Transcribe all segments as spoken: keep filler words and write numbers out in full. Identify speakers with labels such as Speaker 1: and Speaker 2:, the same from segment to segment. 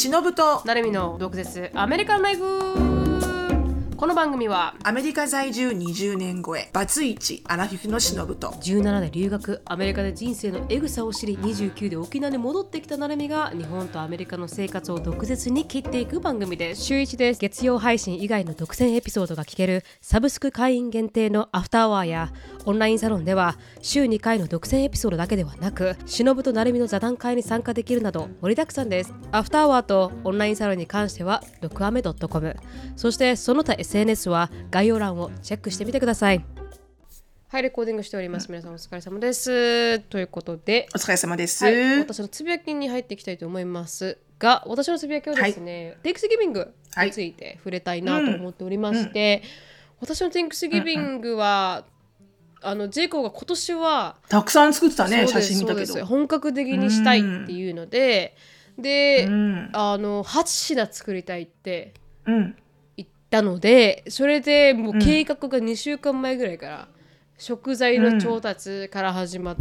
Speaker 1: しのぶと
Speaker 2: なるみの毒舌アメリカンライフ。この番組は
Speaker 1: アメリカ在住にじゅうねん超えバツイチアラフィフのしのぶと
Speaker 2: じゅうななで留学、アメリカで人生のエグさを知りにじゅうきゅうで沖縄に戻ってきたなるみが日本とアメリカの生活を毒舌に切っていく番組です。週いちです。月曜配信以外の独占エピソードが聞けるサブスク会員限定のアフターアワーやオンラインサロンでは週にかいの独占エピソードだけではなく、しのぶとなるみの座談会に参加できるなど盛りだくさんです。アフターアワーとオンラインサロンに関してはドクアメ .com、 そしてその他 エスエヌエス は概要欄をチェックしてみてください。はい、レコーディングしております。皆さんお疲れ様です。ということで、
Speaker 1: お疲れ様です、
Speaker 2: はい、私のつぶやきに入っていきたいと思いますが、私のつぶやきはですね、テイクスギビングについて触れたいなと思っておりまして、はい、うん、私のテイクスギビングは、うんうん、あのジェイコブが今年は
Speaker 1: たくさん作ってたね。写真見たけど
Speaker 2: 本格的にしたいっていうので、うん、で、うん、あのはち品作りたいって言ったので、それでもう計画がにしゅうかんまえぐらいから食材の調達から始まって、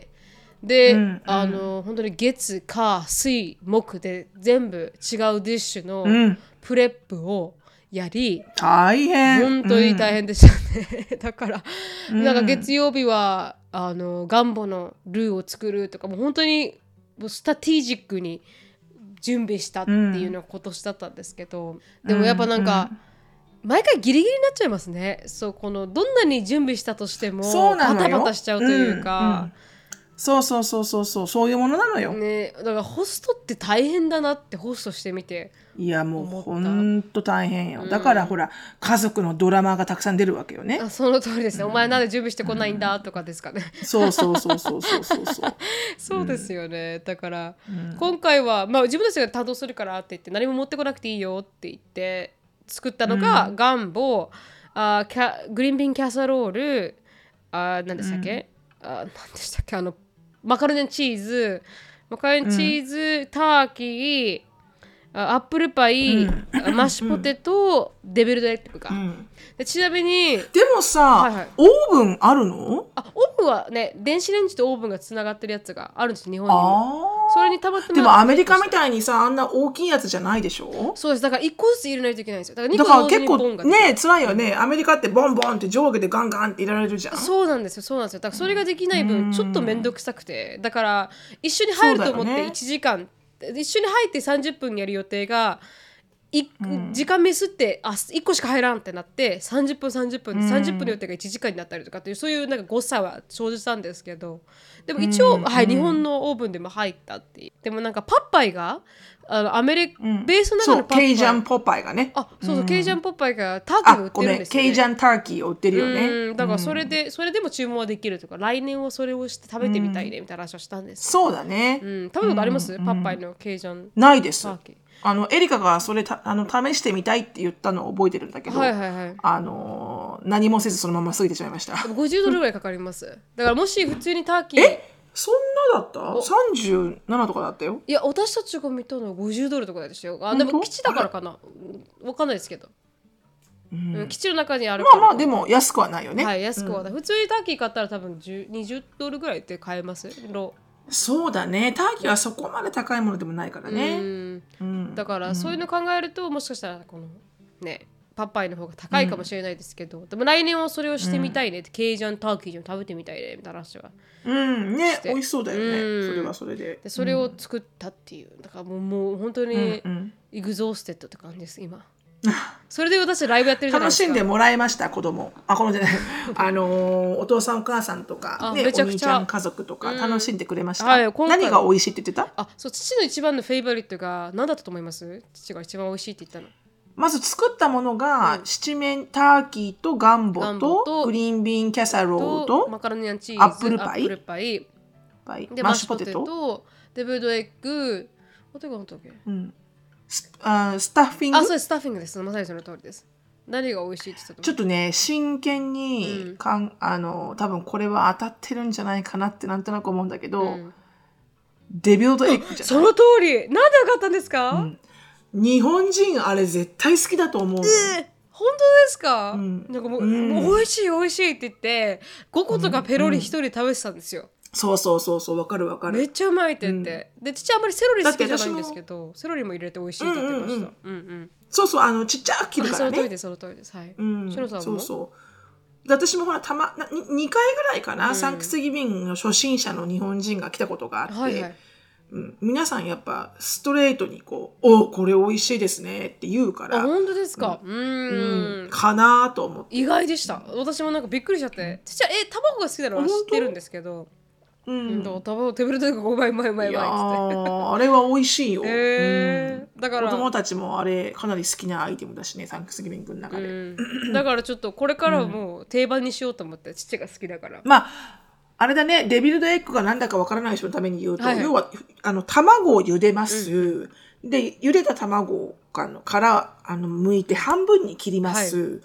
Speaker 2: うん、で、うん、あの本当に月火水木で全部違うディッシュのプレップをやり、
Speaker 1: 大変、
Speaker 2: 本当に大変でしたね、うん、だから、うん、なんか月曜日はあのガンボのルーを作るとか、もう本当にもうスタティジックに準備したっていうのが今年だったんですけど、うん、でもやっぱなんか、うんうん、毎回ギリギリになっちゃいますね。そう、このどんなに準備したとしてもバタバタしちゃうというか、うんうん、
Speaker 1: そうそうそうそうそう、そういうものなのよ、
Speaker 2: ね、だからホストって大変だなってホストしてみて、
Speaker 1: いやもうほんと大変よ、うん、だからほら家族のドラマがたくさん出るわけよね。
Speaker 2: あ、その通りですね、うん、お前なんで準備してこないんだとかですかね、
Speaker 1: うん、そうそうそうそうそうそうそう
Speaker 2: そうですよね。だから、うん、今回は、まあ、自分たちが担当するからって言って何も持ってこなくていいよって言って作ったのが、うん、ガンボ、あキャグリーンビーンキャサロール、あ何でしたっけ、うん、あ何でしたっけ、あのマカロニチーズマカロニチーズ、うん、ターキー、アップルパイ、うん、マッシュポテト、うん、デビルドエッグか、うん、でちなみに
Speaker 1: でもさ、はいはい、オーブンあるの？
Speaker 2: あ、オーブンはね、電子レンジとオーブンがつながってるやつがあるんです日本にも。それにたまたま
Speaker 1: でもアメリカみたいにさあんな大きいやつじゃないでしょ。
Speaker 2: そうです、だからいっこずつ入れないといけないんですよ。だからにこ
Speaker 1: だから結構ね辛いよね。アメリカってボンボンって上下でガンガンって入れられるじゃん。
Speaker 2: そうなんですよ、そうなんですよ。だからそれができない分ちょっとめんどくさくて、だから一緒に入ると思っていちじかん、ね、一緒に入ってさんじゅっぷんやる予定がいうん、時間ミスってあいっこしか入らんってなってさんじゅっぷんさんじゅっぷん、うん、さんじゅっぷんの予定がいちじかんになったりとかっていう、そういうなんか誤差は生じたんですけど、でも一応、うん、はい、日本のオーブンでも入ったっていう。でもなんかパッパイがあのアメリカ、うん、ベースの中のパッパイ、
Speaker 1: そうケイジャンポッパイがね、
Speaker 2: あ、そうそう、うん、ケイジャンポッパイがターキーが売ってるんですよね。
Speaker 1: ケイジャンターキーを売ってるよね。
Speaker 2: うん、だからそれで、うん、それでも注文はできるとか、来年はそれをして食べてみたいねみたいな話をしたんです。
Speaker 1: そうだね、
Speaker 2: うん、食べたことあります、うん、パッパイのケイジャン
Speaker 1: ないです。ターキー、あのエリカがそれたあの試してみたいって言ったのを覚えてるんだけど、
Speaker 2: はいはいはい、
Speaker 1: あの何もせずそのまま過ぎてしまいました。
Speaker 2: ごじゅうドルぐらいかかりますだからもし普通にターキー、
Speaker 1: えそんなだった？さんじゅうななとかだったよ。
Speaker 2: いや私たちが見たのはごじゅうドルとかでしたよ。あ、でも基地だからかな、わかんないですけど、うん、基地の中にあるから、
Speaker 1: まあまあでも安くはないよね。
Speaker 2: はい、安くはない、うん、普通にターキー買ったら多分にじゅうドルぐらいで買えますロ
Speaker 1: そうだね、ターキーはそこまで高いものでもないからね。うん、
Speaker 2: うん、だからそういうの考えると、もしかしたらこのねパッパイの方が高いかもしれないですけど、うん、でも来年はそれをしてみたいねって、うん、ケイジャンターキーでも食べてみたいねみたいな話は
Speaker 1: うんね、美味しそうだよね、うん、それはそれ で,
Speaker 2: でそれを作ったっていう、だからもう、もう本当にエグゾーステッドって感じです今それで私ライブやってるじゃないですか。
Speaker 1: 楽しんでもらいました子供、あ、子供じゃないあのー、お父さんお母さんとか、ね、お兄ちゃん家族とか楽しんでくれました、うん、はい、何が美味しいって言ってた？
Speaker 2: あ、そう、父の一番のフェイバリットが何だったと思います？父が一番美味しいって言ったの。
Speaker 1: まず作ったものが、うん、七面ターキーとガンボ と, とグリーンビーンキャサローと
Speaker 2: マカロニアンチーズ、
Speaker 1: アップルパイ、
Speaker 2: アップルパイでマッシュポテト、デビルドエッグ、あとが何だっけ、うん、
Speaker 1: ス, あスタッフィング、
Speaker 2: あ、そうです、スタッフィングです、まさにその通りです。何が美味しいって言ったと？
Speaker 1: ちょっとね真剣にかん、うん、あの多分これは当たってるんじゃないかなってなんとなく思うんだけど、うん、デビルドエッグじゃない？
Speaker 2: その通り、なんで分かったんですか？うん、
Speaker 1: 日本人あれ絶対好きだと思う。
Speaker 2: えー本当ですか？うん、なんかもう、うん、もう美味しい美味しいって言ってごことかペロリ一人食べてたんですよ。
Speaker 1: そうそうそうそう、わかるわかる。
Speaker 2: めっちゃうまいって言って、うん、で父あんまりセロリ好きじゃないんですけど、セロリも入れて美味しいって言ってました。うんうんうん。
Speaker 1: そうそう、あのちっちゃく切るからね。
Speaker 2: その通りです、その通りです。はい。うん、しのさんも
Speaker 1: そうそう。私もほらたまなにかいぐらいかな、うん、サンクスギビングの初心者の日本人が来たことがあって、はいはい、うん、皆さんやっぱストレートにこう、おこれ美味しいですねって言うから。
Speaker 2: あ、本当ですか。
Speaker 1: うん、うん、かなと思って。
Speaker 2: 意外でした。私もなんかびっくりしちゃって、父はえ卵が好きなのは知ってるんですけど。うん、卵手ぶれというかうまいうまいうまいうまいっつって
Speaker 1: あれは美味しいよ、
Speaker 2: えーうん、だから
Speaker 1: 子供たちもあれかなり好きなアイテムだしね、サンクスギビングの中で、うん、
Speaker 2: だからちょっとこれからはもう定番にしようと思って、父が好きだから。
Speaker 1: まああれだね、デビルドエッグがなんだかわからない人のために言うと、はいはい、要はあの卵を茹でます、うん、で茹でた卵からあの剥いて半分に切ります、はい、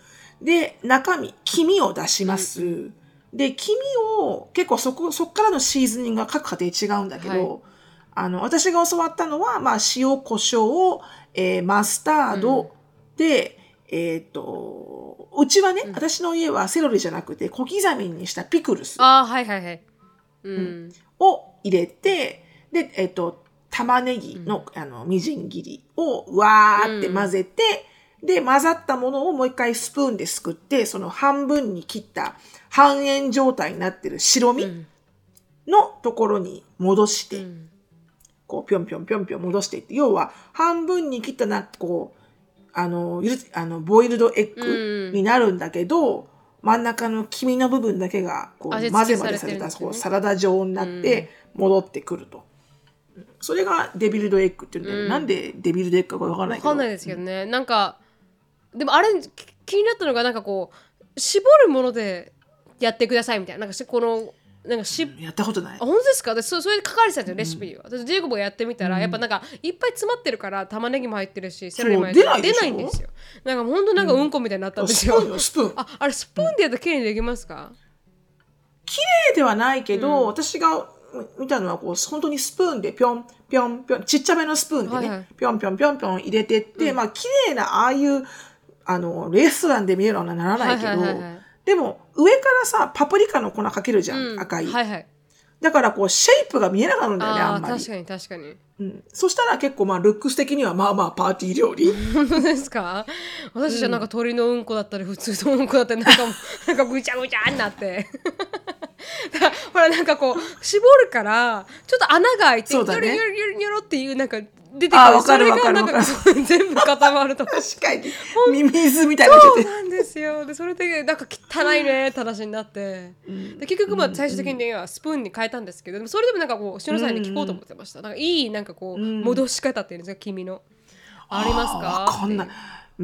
Speaker 1: で中身黄身を出します、うんで、黄身を、結構そこ、そこからのシーズニングが各家庭違うんだけど、はい、あの、私が教わったのは、まあ、塩、胡椒、えー、マスタード、うん、で、えっ、ー、と、うちはね、うん、私の家はセロリじゃなくて、小刻みにしたピクルス。
Speaker 2: あ、はいはいはい。
Speaker 1: うん、を入れて、で、えっ、ー、と、玉ねぎの、うん、あの、みじん切りをわーって混ぜて、うん、で、混ざったものをもう一回スプーンですくって、その半分に切った半円状態になってる白身のところに戻して、うん、こう、ぴょんぴょんぴょんぴょん戻していって、要は半分に切ったな、こう、あの、ゆあのボイルドエッグになるんだけど、うん、真ん中の黄身の部分だけが、こう、混ぜ混ぜされた、ね、こうサラダ状になって戻ってくると。うん、それがデビルドエッグっていうんだけど、うん、なんでデビルドエッグかわからないけど。
Speaker 2: わかんないですけどね。うん、なんか、でもあれ気になったのがなんかこう絞るものでやってくださいみたいな、なんかこのなんかし、
Speaker 1: うん、やったことない。
Speaker 2: あ、本当ですか。で そ, それで書かれてたんですよ、レシピは。私ジェイコブがやってみたら、うん、やっぱなんかいっぱい詰まってるから玉ねぎも入ってるしセロリも入ってる出ない出ないんですよ。なんか本当なんかうんこみたいになったんですよ。
Speaker 1: うん、スプーン
Speaker 2: あ、あれスプーンでやったら綺麗にできますか。
Speaker 1: 綺麗ではないけど、うん、私が見たのはこう本当にスプーンでぴょんぴょんぴょん、ちっちゃめのスプーンでね、はいはい、ぴょんぴょんぴょんぴょん入れてって、うん、まあ綺麗なああいうあのレストランで見えるようにはならないけど、はいはいはいはい、でも上からさパプリカの粉かけるじゃん、うん、赤い、はいはい、だからこうシェイプが見えなくなるんだよね、あんまり。
Speaker 2: 確かに確かに、
Speaker 1: うん、そしたら結構まあルックス的にはまあまあパーティー料理。
Speaker 2: 本当ですか。私じゃなんか鳥のうんこだったり普通のうんこだったりなんかもなんかぐちゃぐちゃになってほらなんかこう絞るからちょっと穴が開いてニョロニョロニョロニョロっていうなんか出てくる。
Speaker 1: あ、わかるわかるわかる。
Speaker 2: 全部固まると。
Speaker 1: 確かに。ミミズみたいになっちゃって。
Speaker 2: そうなんですよ。でそれでなんか汚いねって話になって、うん、で結局まあ最終的にはスプーンに変えたんですけど、でもそれでもなんかこうしのさんに聞こうと思ってました。なんかいいなんかこう、うん、戻し方っていうんですか、君のありますか。
Speaker 1: あ、こんな。うん、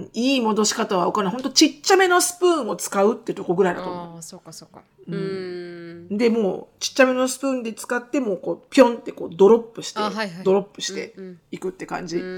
Speaker 1: いい戻し方は分からない。ほんとちっちゃめのスプーンを使うってとこぐらいだと思う。
Speaker 2: ああ、そうかそうか。うん。
Speaker 1: でもうちっちゃめのスプーンで使ってもこうピョンってこうドロップして、はいはい、ドロップしていくって感じ。うんうん、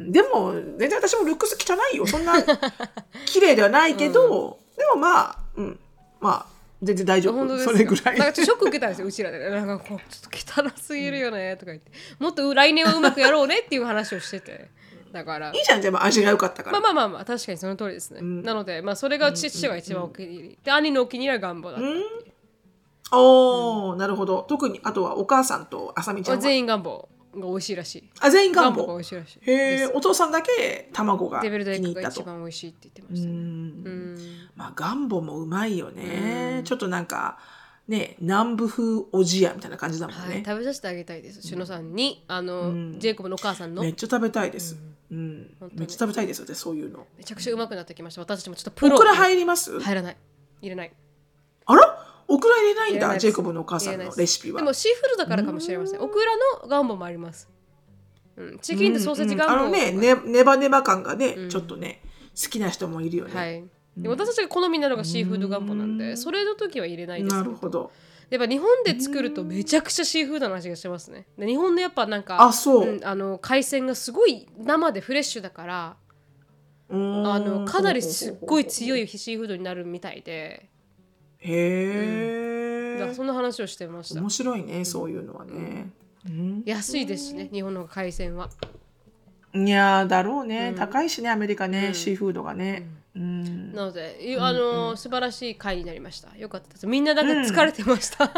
Speaker 1: でも全然私もルックス汚いよ。そんな綺麗ではないけど、うん、でもまあ、うん、まあ全然大丈夫。それぐらい。
Speaker 2: なんかちょっとショック受けたんですよ、うちらで。なんかこうちょっと汚すぎるよねとか言って、もっと来年はうまくやろうねっていう話をしてて。だから
Speaker 1: いいじゃん、でも味が良かったから。
Speaker 2: まあまあまあまあ確かにその通りですね。うん、なのでまあそれが父が一番お気に入り、うん、で兄のお気に入りはガンボだったっていう。
Speaker 1: うん、おー、うん、なるほど。特にあとはお母さんとあさみちゃんは
Speaker 2: 全員ガンボが美味しいらしい。
Speaker 1: あ、全員ガンボ。
Speaker 2: ガンボが美味しいらしい。
Speaker 1: へえ、お父さんだけ卵が気に入ったと。デビルドエッグが
Speaker 2: 一番美味しいって言ってました、ね。うん。
Speaker 1: まあガンボもうまいよね。ちょっとなんか。ね、南部風おじやみたいな感じだもんね、はい、
Speaker 2: 食べさせてあげたいです、しのさんにあの、うん、ジェイコブのお母さんの
Speaker 1: めっちゃ食べたいです、うんうん、めっちゃ食べたいですよね、そういうの
Speaker 2: めちゃくちゃうまくなってきました。私たちもちょっとプロ。
Speaker 1: オクラ入ります？
Speaker 2: 入らない、入れない。
Speaker 1: あら、オクラ入れないんだ、ジェイコブのお母さんのレシピは。
Speaker 2: でもシーフードだからかもしれません。オクラのガンボもあります、うん、チキンとソーセージガンボ、うんうん、
Speaker 1: あのね、ね、ネバネバ感がね、うん、ちょっとね好きな人もいるよね、はい、
Speaker 2: で私たちが好みなのがシーフードガンボなんで、それの時は入れないです。
Speaker 1: なるほど。
Speaker 2: やっぱ日本で作るとめちゃくちゃシーフードの味がしますね。で日本のやっぱなんか
Speaker 1: あ、そう、
Speaker 2: うん、あの海鮮がすごい生でフレッシュだからあのかなりすっごい強いシーフードになるみたいで。
Speaker 1: へえ、
Speaker 2: うん、だからそんな話をしてました。
Speaker 1: 面白いね、うん、そういうのはね、
Speaker 2: うん、安いですしね、日本の海鮮は。
Speaker 1: いやだろうね、うん、高いしねアメリカね、うん、シーフードがね、
Speaker 2: うんうん、なのであの、うんうん、素晴らしい回になりました。よかったです。みんななんか疲れてました、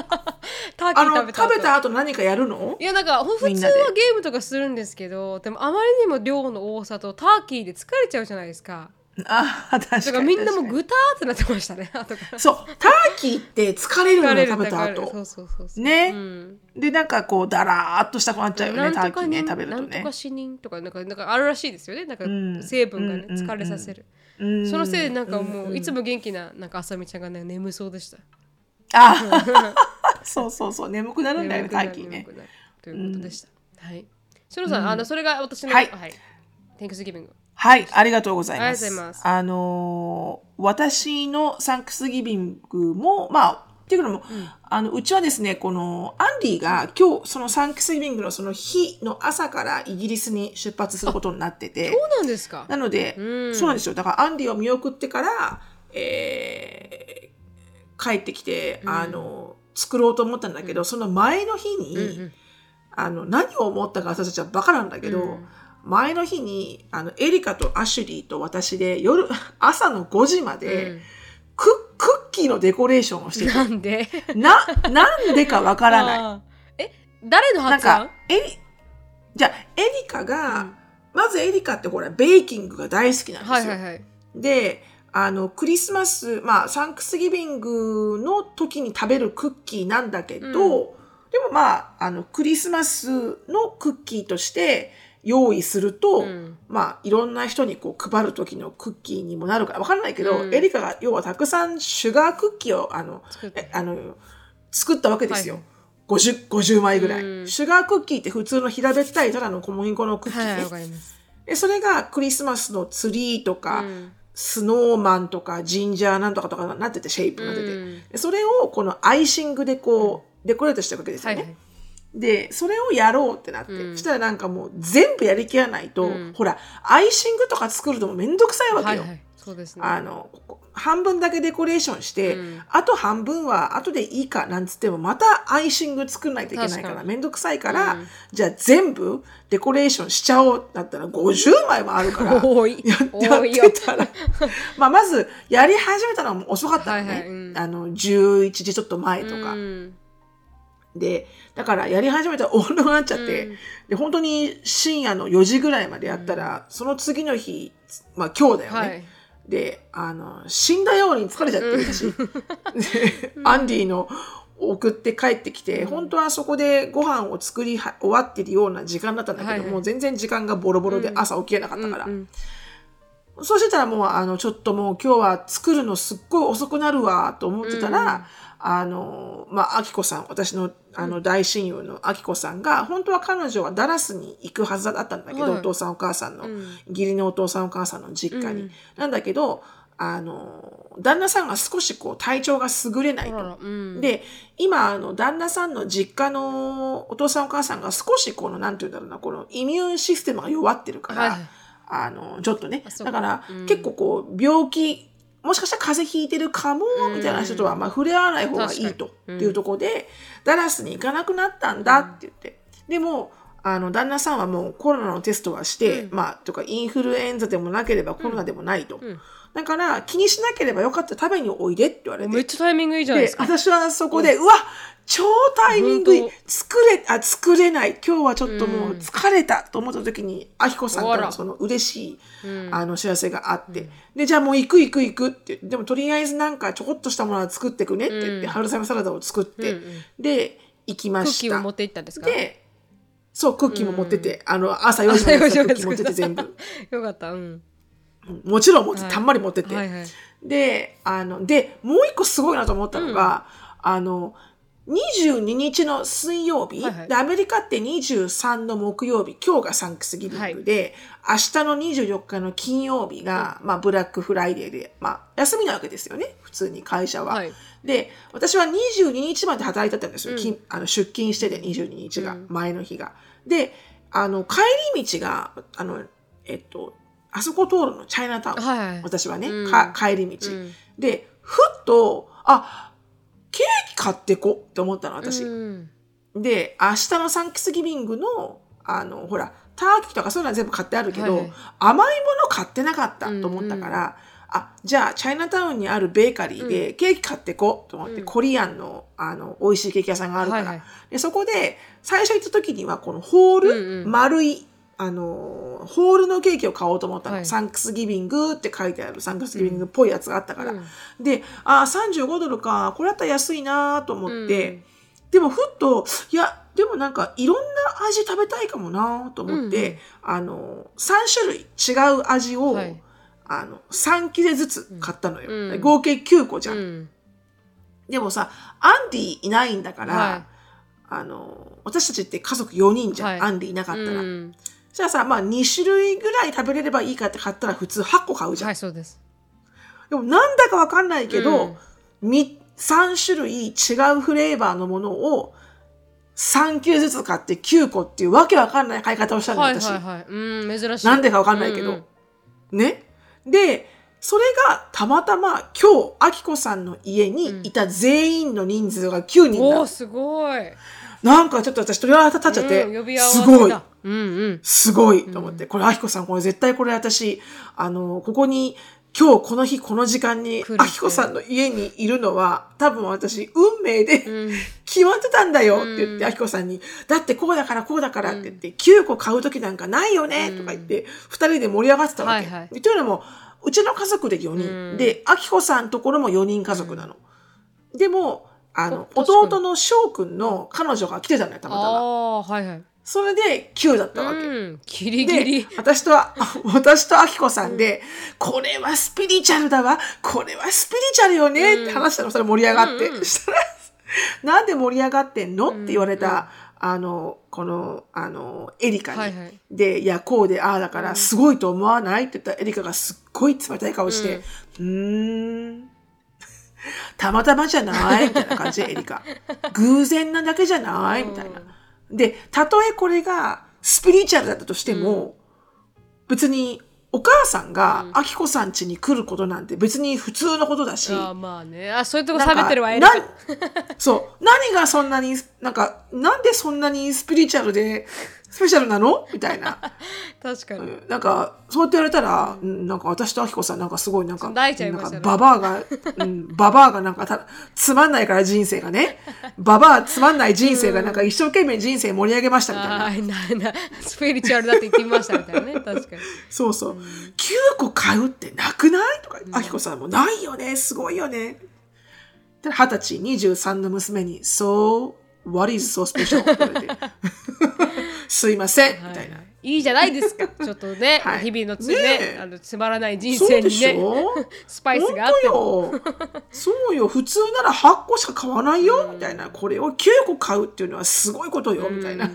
Speaker 2: ターキ
Speaker 1: あの
Speaker 2: ー食べた後
Speaker 1: 食べた後何かやるの？
Speaker 2: いやなんか普通は
Speaker 1: みんなで
Speaker 2: ゲームとかするんですけど、でもあまりにも量の多さとターキーで疲れちゃうじゃないですか。
Speaker 1: あ確かに
Speaker 2: だからみんなもう
Speaker 1: 確かに
Speaker 2: グターってなってましたね後から。
Speaker 1: そうターキーって疲れるの
Speaker 2: 疲れる
Speaker 1: よ食べた
Speaker 2: 疲れるそう
Speaker 1: 後
Speaker 2: そうそうそう
Speaker 1: ね、
Speaker 2: うん、
Speaker 1: でなんかこうだらーっとしたくなっちゃうよねターキーね食べるとね。
Speaker 2: なんとか死人とかなんかなんかあるらしいですよね。なんか
Speaker 1: うん
Speaker 2: 成分がね、
Speaker 1: うん
Speaker 2: 疲れさせる、
Speaker 1: うん
Speaker 2: そのせいでなんかも
Speaker 1: う
Speaker 2: うんいつも元気ななんかあさみちゃんがね眠そうでした。
Speaker 1: あそうそうそう眠くなるんだよねターキーね。
Speaker 2: ということでした。うん、はい。しのさん、うん、あのそれが私の、
Speaker 1: はい、
Speaker 2: はい、Thanksgiving。
Speaker 1: はい、ありがとうございます。
Speaker 2: ありがとうございます。
Speaker 1: あのー、私のサンクスギビングも、まあ、っていうのも、うん、あの、うちはですね、この、アンディが今日、そのサンクスギビングのその日の朝からイギリスに出発することになってて。
Speaker 2: そうなんですか。
Speaker 1: なので、うん、そうなんですよ。だからアンディを見送ってから、えー、帰ってきて、うん、あの、作ろうと思ったんだけど、うん、その前の日に、うんうん、あの、何を思ったか私たちはバカなんだけど、うん前の日に、あの、エリカとアシュリーと私で夜、朝のごじまで、うん、ク, クッキーのデコレーションをしてた。
Speaker 2: なんで
Speaker 1: な、なんでかわからない。
Speaker 2: え、誰の発案？
Speaker 1: なんか、エリ、じゃあ、エリカが、うん、まずエリカってほら、ベーキングが大好きなんですよ。はいはいはい、で、あの、クリスマス、まあ、サンクスギビングの時に食べるクッキーなんだけど、うん、でもまあ、あの、クリスマスのクッキーとして、用意すると、うん、まあいろんな人にこう配る時のクッキーにもなるからわかんないけど、うん、エリカが要はたくさんシュガークッキーをあのあの作ったわけですよ、はい、ごじゅう, ごじゅうまいぐらい、うん、シュガークッキーって普通の平べったいただの小麦粉のクッキーね、はい、わかります。でそれがクリスマスのツリーとか、うん、スノーマンとかジンジャーなんとかとかなっててシェイプになってて、うん、でそれをこのアイシングでこう、うん、デコレートしてるわけですよね、はいはいで、それをやろうってなって、うん、そしたらなんかもう全部やりきらないと、うん、ほら、アイシングとか作るのもめんどくさいわけよ。はいはい、そうですね。あの、半分だけデコレーションして、うん、あと半分は後でいいかなんつっても、またアイシング作らないといけないから、めんどくさいから、うん、じゃあ全部デコレーションしちゃおうだったらごじゅうまいもあるから、
Speaker 2: 多い
Speaker 1: や, やってたら、まあまずやり始めたのも遅かったのね。はいはいうん、あの、じゅういちじちょっと前とか。うんで、だからやり始めたらオールになっちゃって、うん、で、本当に深夜のよじぐらいまでやったら、うん、その次の日、まあ今日だよね。はい、で、あの、死んだように疲れちゃってるし、うん、で、アンディの送って帰ってきて、うん、本当はそこでご飯を作り終わってるような時間だったんだけど、はいはい、もう全然時間がボロボロで朝起きれなかったから。うんうんうん、そうしてたらもう、あの、ちょっともう今日は作るのすっごい遅くなるわと思ってたら、うんあの、まあ、アキコさん、私の、あの、大親友のアキコさんが、本当は彼女はダラスに行くはずだったんだけど、はい、お父さんお母さんの、うん、義理のお父さんお母さんの実家に。うん、なんだけど、あの、旦那さんが少しこう、体調が優れないと。うん、で、今、あの、旦那さんの実家のお父さんお母さんが少しこの、なんて言うんだろうな、このイミューンシステムが弱ってるから、はい、あの、ちょっとね、だから、うん、結構こう、病気、もしかしたら風邪ひいてるかも、みたいな人とは、まあ、触れ合わない方がいいと、っていうところで、ダラスに行かなくなったんだって言って。でも、あの、旦那さんはもうコロナのテストはして、うん、まあ、とか、インフルエンザでもなければコロナでもないと。うんうんだから、気にしなければよかったら食べにおいでって言われて。
Speaker 2: めっちゃタイミングいいじゃないですか。
Speaker 1: で、私はそこで、うん、うわ超タイミングいい作れ、あ、作れない。今日はちょっともう疲れたと思った時に、あきこさんからその嬉しい、うん、あの、知らせがあって、うん。で、じゃあもう行く行く行くって言って、でもとりあえずなんかちょこっとしたものは作ってくねって言って、うん、春雨サラダを作って、うんうん、で、行きました。
Speaker 2: クッキーを持って行ったんですか？
Speaker 1: で、そう、クッキーも持ってて、うん、あの、朝よじまでクッキー持ってて全部。
Speaker 2: よかった。うん。
Speaker 1: もちろん持って、はい、たんまり持ってて。
Speaker 2: はいはい、
Speaker 1: で、あの、で、もう一個すごいなと思ったのが、うん、あの、にじゅうににちの水曜日、はいはい、で、アメリカってにじゅうさんの木曜日、今日がサンクスギビングで、はい、明日のにじゅうよっかの金曜日が、うん、まあ、ブラックフライデーで、まあ、休みなわけですよね、普通に会社は。はい、で、私はにじゅうににちまで働いてたんですよ、うん、あの出勤しててにじゅうににちが、うん、前の日が。で、あの、帰り道が、あの、えっと、あそこ通るの、チャイナタウン。はい、私はね、うん、か帰り道、うん。で、ふっと、あ、ケーキ買ってこって思ったの、私。うん、で、明日のサンクスギビングの、あの、ほら、ターキーとかそういうのは全部買ってあるけど、はいはい、甘いもの買ってなかったと思ったから、 あ、じゃあチャイナタウンにあるベーカリーでケーキ買ってこうと思って、うん、コリアンのあの美味しいケーキ屋さんがあるから、はいはい、でそこで最初行った時にはこのホール、うんうん、丸いあのホールのケーキを買おうと思ったの、はい、サンクスギビングって書いてあるサンクスギビングっぽいやつがあったから、うん、で、あ、さんじゅうごドルか、これだったら安いなと思って、うん、でもふっといやでもなんかいろんな味食べたいかもなと思って、うんうん、あのさん種類違う味を、はい、あのさん切れずつ買ったのよ、うん、合計きゅうこじゃん、うん、でもさアンディいないんだから、はい、あの私たちって家族よにんじゃん、はい、アンディいなかったら、うん、じゃあさ、まあ、に種類ぐらい食べれればいいかって買ったら普通はっこ買うじゃん、
Speaker 2: はい、そうです。
Speaker 1: でもなんだかわかんないけど、うん、さん種類違うフレーバーのものをさん切れずつ買ってきゅうこっていうわけわかんない買い方をしたんだよ、私、
Speaker 2: はいはいはい、うん、珍しい。
Speaker 1: なんでかわかんないけど、うんうん、ね。でそれがたまたま今日あきこさんの家にいた全員の人数がきゅうにんだ、
Speaker 2: うん、おーすごい。
Speaker 1: なんかちょっと私鳥肌立っちゃって、
Speaker 2: うん、
Speaker 1: すごい、
Speaker 2: うんうん、
Speaker 1: すごいと思って、これあきこさんこれ絶対これ私あのここに今日この日この時間にあきこさんの家にいるのは多分私運命で、うん、決まってたんだよって言ってあきこさんにだってこうだからこうだからって言って、うん、きゅうこ買う時なんかないよねとか言って、うん、ふたりで盛り上がってたわけ、はいはい、というのもうちの家族でよにん、うん、であきこさんのところもよにん家族なの、うん、でもあの弟の翔くんの彼女が来てたのよたまたま、
Speaker 2: あ、はいはい、
Speaker 1: それできゅうだったわけ、
Speaker 2: うん、ギリギリ。
Speaker 1: で私と私とあきこさんで、うん、これはスピリチュアルだわこれはスピリチュアルよねって話したの、それ盛り上がって、うんうん、したらなんで盛り上がってんのって言われた、うんうん、あのこのあのエリカに、はいはい、でいやこうでああだからすごいと思わないって言ったらエリカがすっごい冷たい顔して、うん、うーんたまたまじゃないみたいな感じでエリカ偶然なだけじゃないみたいな、でたとえこれがスピリチュアルだったとしても、うん、別にお母さんがあきこさん家に来ることなんて別に普通のことだし、
Speaker 2: あ、まあね、あ、そういうとこ喋ってるわエリ
Speaker 1: カそう何がそんなになんかなんでそんなにスピリチュアルでスペシャルなのみたいな
Speaker 2: 確かに、
Speaker 1: うん、なんかそうやって言われたら、うん、なんか私とあきこさんなんかすごいなんか
Speaker 2: 泣いちゃいましたね、
Speaker 1: ババアが、うん、ババアがなんかたつまんないから人生がねババアつまんない人生がなんか一生懸命人生盛り上げましたみたいな、
Speaker 2: うん、ななスピリチュアルだって言ってみましたみたいなね確かに
Speaker 1: そうそう、うん、きゅうこ買うってなくないとか、あきこさんもないよねすごいよねではたちにじゅうさんの娘に So what is so special? って言われてすいません、はい、みたいな。
Speaker 2: いいじゃないですか。ちょっとね、はい、日々のつ、ねね、あのつまらない人生にねスパイスがあっても
Speaker 1: そうよ普通ならはっこしか買わないよ、うん、みたいな、これをきゅうこ買うっていうのはすごいことよ、うん、みたいな、うん、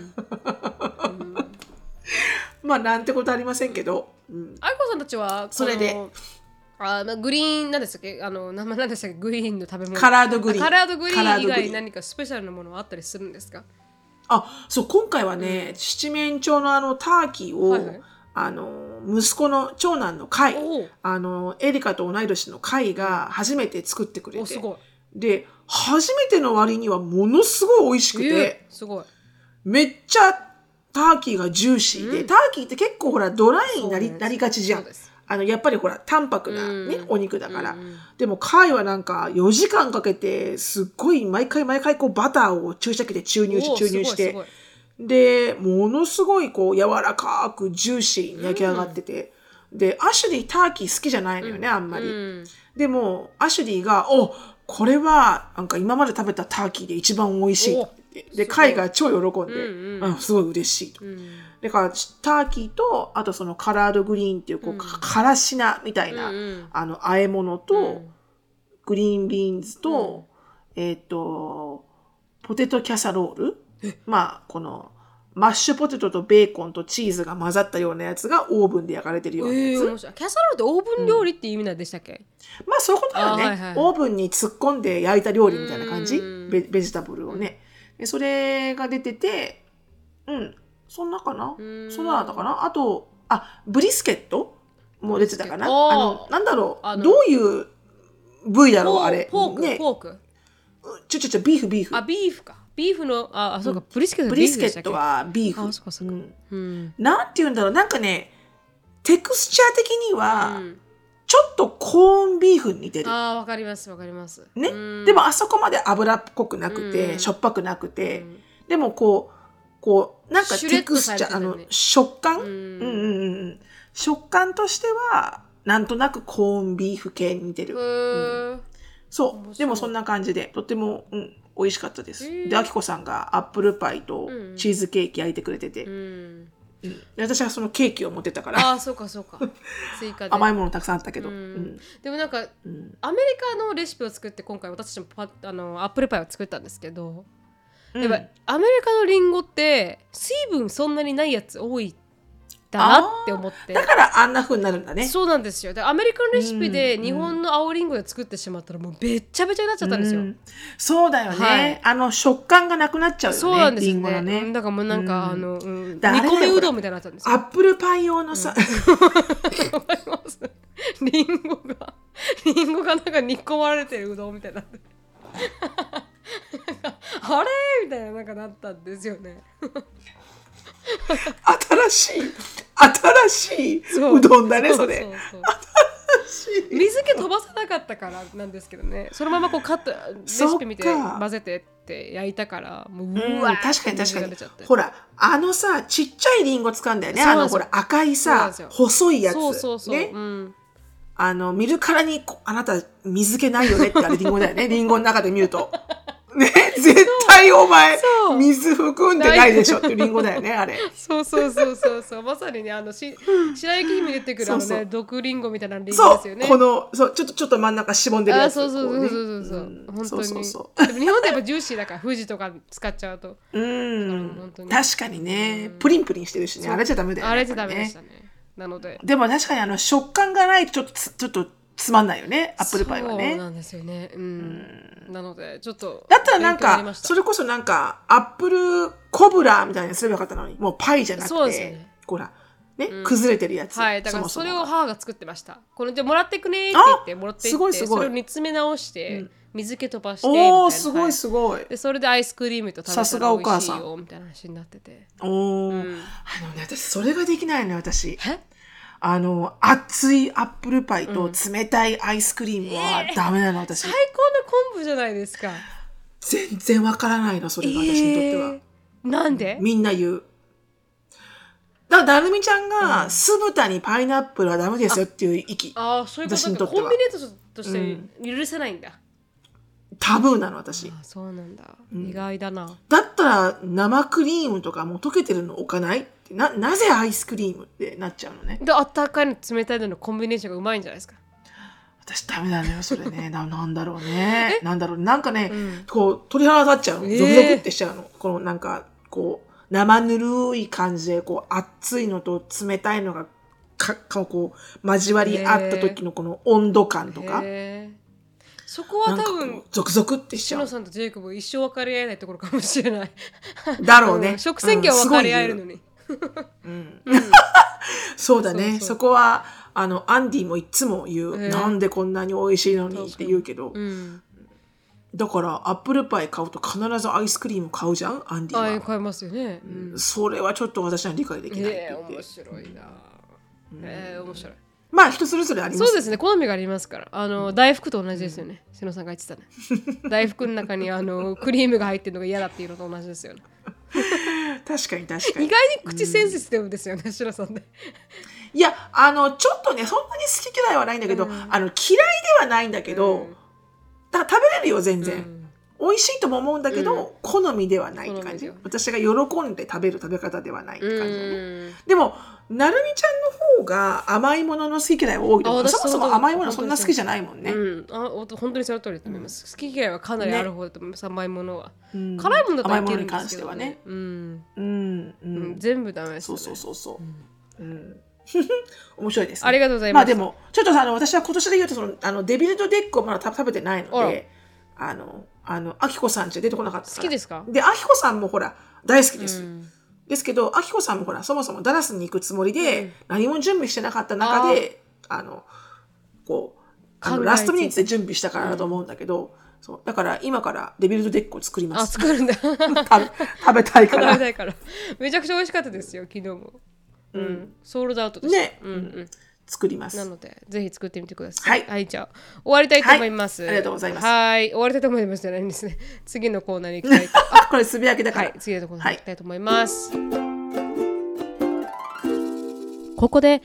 Speaker 1: まあなんてことありませんけど、
Speaker 2: うん、あいこさんたちは
Speaker 1: それで
Speaker 2: あグリーンなんでしたっけ、あの名前なんでしたっけ、グリーンの食べ物、
Speaker 1: カラードグリーン、
Speaker 2: カラードグリーン以外何かスペシャルなものはあったりするんですか？
Speaker 1: あ、そう今回はね、うん、七面鳥のあのターキーを、はいはい、あの息子の長男のカイ、あのエリカと同い年のカイが初めて作ってくれて、
Speaker 2: すごい
Speaker 1: で初めての割にはものすごい美味しくて、
Speaker 2: えー、すごい
Speaker 1: めっちゃターキーがジューシーで、うん、ターキーって結構ほらドライにな り, なりがちじゃん。あのやっぱりほら淡白な、ねうん、お肉だから、うんうん、でも貝はなんかよじかんかけてすっごい毎回毎回こうバターを注射器で注入し注入してでものすごいこう柔らかくジューシーに焼き上がってて、うん、でアシュリーターキー好きじゃないのよね、うん、あんまり、うん、でもアシュリーがおこれはなんか今まで食べたターキーで一番美味しいで貝が超喜んで、うんうん、すごい嬉しいと、うんだからターキーとあとそのカラードグリーンっていうこう、うん、からしなみたいな、うんうん、あの和え物と、うん、グリーンビーンズと、うん、えっ、ー、とポテトキャサロール、まあこのマッシュポテトとベーコンとチーズが混ざったようなやつがオーブンで焼かれてるようなやつ、え
Speaker 2: ー、キャサロールってオーブン料理っていう意味なんでしたっけ？
Speaker 1: うん、まあそういうことだよね、はいはい、オーブンに突っ込んで焼いた料理みたいな感じ、ベ, ベジタブルをね、でそれが出ててうんそんなかなそんなだったかなあと、あ、ブリスケットも出てたかなあの、なんだろうどういう部位だろうあれ。
Speaker 2: ポーク、
Speaker 1: ね、
Speaker 2: ポーク。
Speaker 1: ちょちょちょ、ビーフ、ビーフ。
Speaker 2: あ、ビーフか。ビーフの、あ、あそうか、うん、ブリスケット
Speaker 1: ブリスケットはビーフ。
Speaker 2: あ、そうかそうか。うん。
Speaker 1: なんて言うんだろうなんかね、テクスチャー的には、うん、 ちょっとコーンビーフに似てる。
Speaker 2: ああ、わかりますわかります。
Speaker 1: ね。
Speaker 2: うん、
Speaker 1: でもあそこまで脂っこくなくて、
Speaker 2: うん、
Speaker 1: しょっぱくなくて、
Speaker 2: うん、
Speaker 1: でもこう、こう、なんかテクスチャー、
Speaker 2: ね、
Speaker 1: あの、食感、
Speaker 2: うん、
Speaker 1: うんうんうん、食感としては、なんとなくコーンビーフ系に似てる。うん、そう。でもそんな感じで、とても、うん、美味しかったです。で、あきこさんがアップルパイとチーズケーキ焼いてくれてて、うんうんうん、で私はそのケーキを持ってたから。
Speaker 2: ああ、そうかそうか。追加で。
Speaker 1: 甘いものたくさんあったけど。うん
Speaker 2: うん、でもなんか、
Speaker 1: うん、
Speaker 2: アメリカのレシピを作って今回私たちもパあのアップルパイを作ったんですけど、うん、やっぱアメリカのリンゴって水分そんなにないやつ多いだなって思って。
Speaker 1: だからあんな風になるんだね。
Speaker 2: そうなんですよ。でアメリカのレシピで日本の青リンゴで作ってしまったらもうべっちゃべちゃになっちゃったんですよ。うん、
Speaker 1: そうだよね、はい。あの食感がなくなっちゃうよね。
Speaker 2: そうなんですよね。
Speaker 1: リンゴのね。
Speaker 2: だからもうなんか、うん、あの、うん、煮込みうどんみたいになっちゃうんですよ。
Speaker 1: アップルパイ用のさ、
Speaker 2: うん、リンゴがリンゴがなんか煮込まれてるうどんみたいになってあれみたいななんかなったんですよね。
Speaker 1: 新しい新しいうどんだねそれ。そうそうそう
Speaker 2: 水気飛ばさなかったからなんですけどね。そのままこうカットレシピ見て混ぜてって焼いたからもううわー、うん、
Speaker 1: 確かに確かに。ほらあのさちっちゃいリンゴ使うんだよね。あのほら赤いさ細いやつ。そうそうそう、ね、うん、あの見るからにあなた水気ないよねってあれリンゴだよね。リンゴの中で見ると。ね、絶対お前水含んでないでしょってリンゴだよねあれ。
Speaker 2: そうそうそうそうそうまさにねあのし白雪姫に出てくるあのね毒リンゴみたいなリンゴですよね。
Speaker 1: そうこのそうちょっとちょっと真ん中しぼんでるやつ。
Speaker 2: あそうそうそうそうそう、ね、うん、本当にそうそうそうでも日本でやっぱジューシーだから富士とか使っちゃうとうん
Speaker 1: 本当に確かにねプリンプリンしてるしねあれじゃダメだよね。
Speaker 2: あれじゃダメでしたね。なので
Speaker 1: でも確かにあの食感がないとちょっとちょっとつまんないよねアップルパイはね。
Speaker 2: そうなんですよね、うん、うん、なのでちょっと
Speaker 1: だったらなんかそれこそなんかアップルコブラみたいにすればよかったのにもうパイじゃなくてそうですよねほらね、うん、崩れてるやつ。
Speaker 2: はいだからそれを母が作ってました。これでもらってくねって言ってもらっていってすごいすごいそれを煮詰め直して、うん、水気飛ばしてみたいな。
Speaker 1: おーすごいすごい。
Speaker 2: でそれでアイスクリームと食べたら美味しいよみたいな話になってて。
Speaker 1: おー、うん、あのね私それができないのよ私。
Speaker 2: え
Speaker 1: あの熱いアップルパイと冷たいアイスクリームはダメなの、うん、私。
Speaker 2: 最高のコンボじゃないですか。
Speaker 1: 全然わからないのそれが私にとっては、え
Speaker 2: ー、なんで
Speaker 1: みんな言うだからなるみちゃんが酢豚にパイナップルはダメですよっていう域。
Speaker 2: ああそういうことか。コンビニートとして許せないんだ、
Speaker 1: うん、タブーなの私。
Speaker 2: あそうなんだ、うん、意外だな。
Speaker 1: だったら生クリームとかもう溶けてるの置かないってな、なぜアイスクリームってなっちゃうのね。
Speaker 2: であったかいの冷たいののコンビネーションがうまいんじゃないですか。
Speaker 1: 私ダメなのよそれね。な, なんだろうねなんだろうなんかね、うん、こう鳥肌立っちゃうの、ゾクゾクってしちゃうの。このなんかこう生ぬるい感じでこう熱いのと冷たいのがかかこう交わり合った時のこの温度感とか。
Speaker 2: そこは多分
Speaker 1: ゾクゾクってしちゃう。
Speaker 2: シノさんとジェイコブ一生分かり合えないところかもしれない
Speaker 1: だろうね、
Speaker 2: うん、食洗機は分かり合えるのに、
Speaker 1: うんうん、そうだね。 そうそうそこはあのアンディもいつも言う、なんでこんなに美味しいのにって言うけど、うん、だからアップルパイ買うと必ずアイスクリーム買うじゃんアンディは。
Speaker 2: あ買いますよね、
Speaker 1: うん、それはちょっと私は理解できないって言って、
Speaker 2: えー、面白いな、うん、えー、面白い。
Speaker 1: まあ人それぞれあります、ね、
Speaker 2: そうですね好みがありますからあの、うん、大福と同じですよね。しのさんが言ってたね大福の中にあのクリームが入ってるのが嫌だっていうのと同じですよね
Speaker 1: 確かに確かに
Speaker 2: 意外に口センシティブですよね、うん、しのさんで
Speaker 1: いやあのちょっとねそんなに好き嫌いはないんだけど、うん、あの嫌いではないんだけど、うん、だ食べれるよ全然、うん美味しいとも思うんだけど、うん、好みではないって感じ。私が喜んで食べる食べ方ではないって感じだね、うん、でもなるみちゃんの方が甘いものの好き嫌いは多いと思う。そもそも甘いものそんな好きじゃないもんね、うん、
Speaker 2: あ本当にその通りだと思います、うん、好き嫌いはかなりある方だと思います、ね、甘いものは、うん、辛いものだったらいけるんですけど、ね、甘いものに関してはね、うんうんうん、全部ダメですよね。
Speaker 1: そうそうそうそう、うんうん面白いです、ね、
Speaker 2: ありがとうございます。
Speaker 1: まあでもちょっとさあの私は今年で言うとそのあのデビルドデックをまだ食べてないのであのあのあきこさんじゃ出てこなかったから。
Speaker 2: 好きですか？
Speaker 1: であきこさんもほら大好きです、うん、ですけどあきこさんもほらそもそもダラスに行くつもりで、うん、何も準備してなかった中であのこうあのラストミニッツで準備したからだと思うんだけど、うん、そうだから今からデビルドデックを作ります。
Speaker 2: あ作るんだ食
Speaker 1: べたいから
Speaker 2: 食べたいからめちゃくちゃ美味しかったですよ昨日も、うんうん、ソールドアウトでした
Speaker 1: ね、うんうん、 作ります。
Speaker 2: なのでぜひ作ってみてください。
Speaker 1: はい、
Speaker 2: はい、じゃあ終わりたいと思います。
Speaker 1: はい、ありがとうございます。
Speaker 2: はい、終わりたいと思いますじゃないんですね。次のコーナーに行きたいと
Speaker 1: あ、これつぶやきだから、
Speaker 2: はい、次のコーナーに行きたいと思います。はい、ここで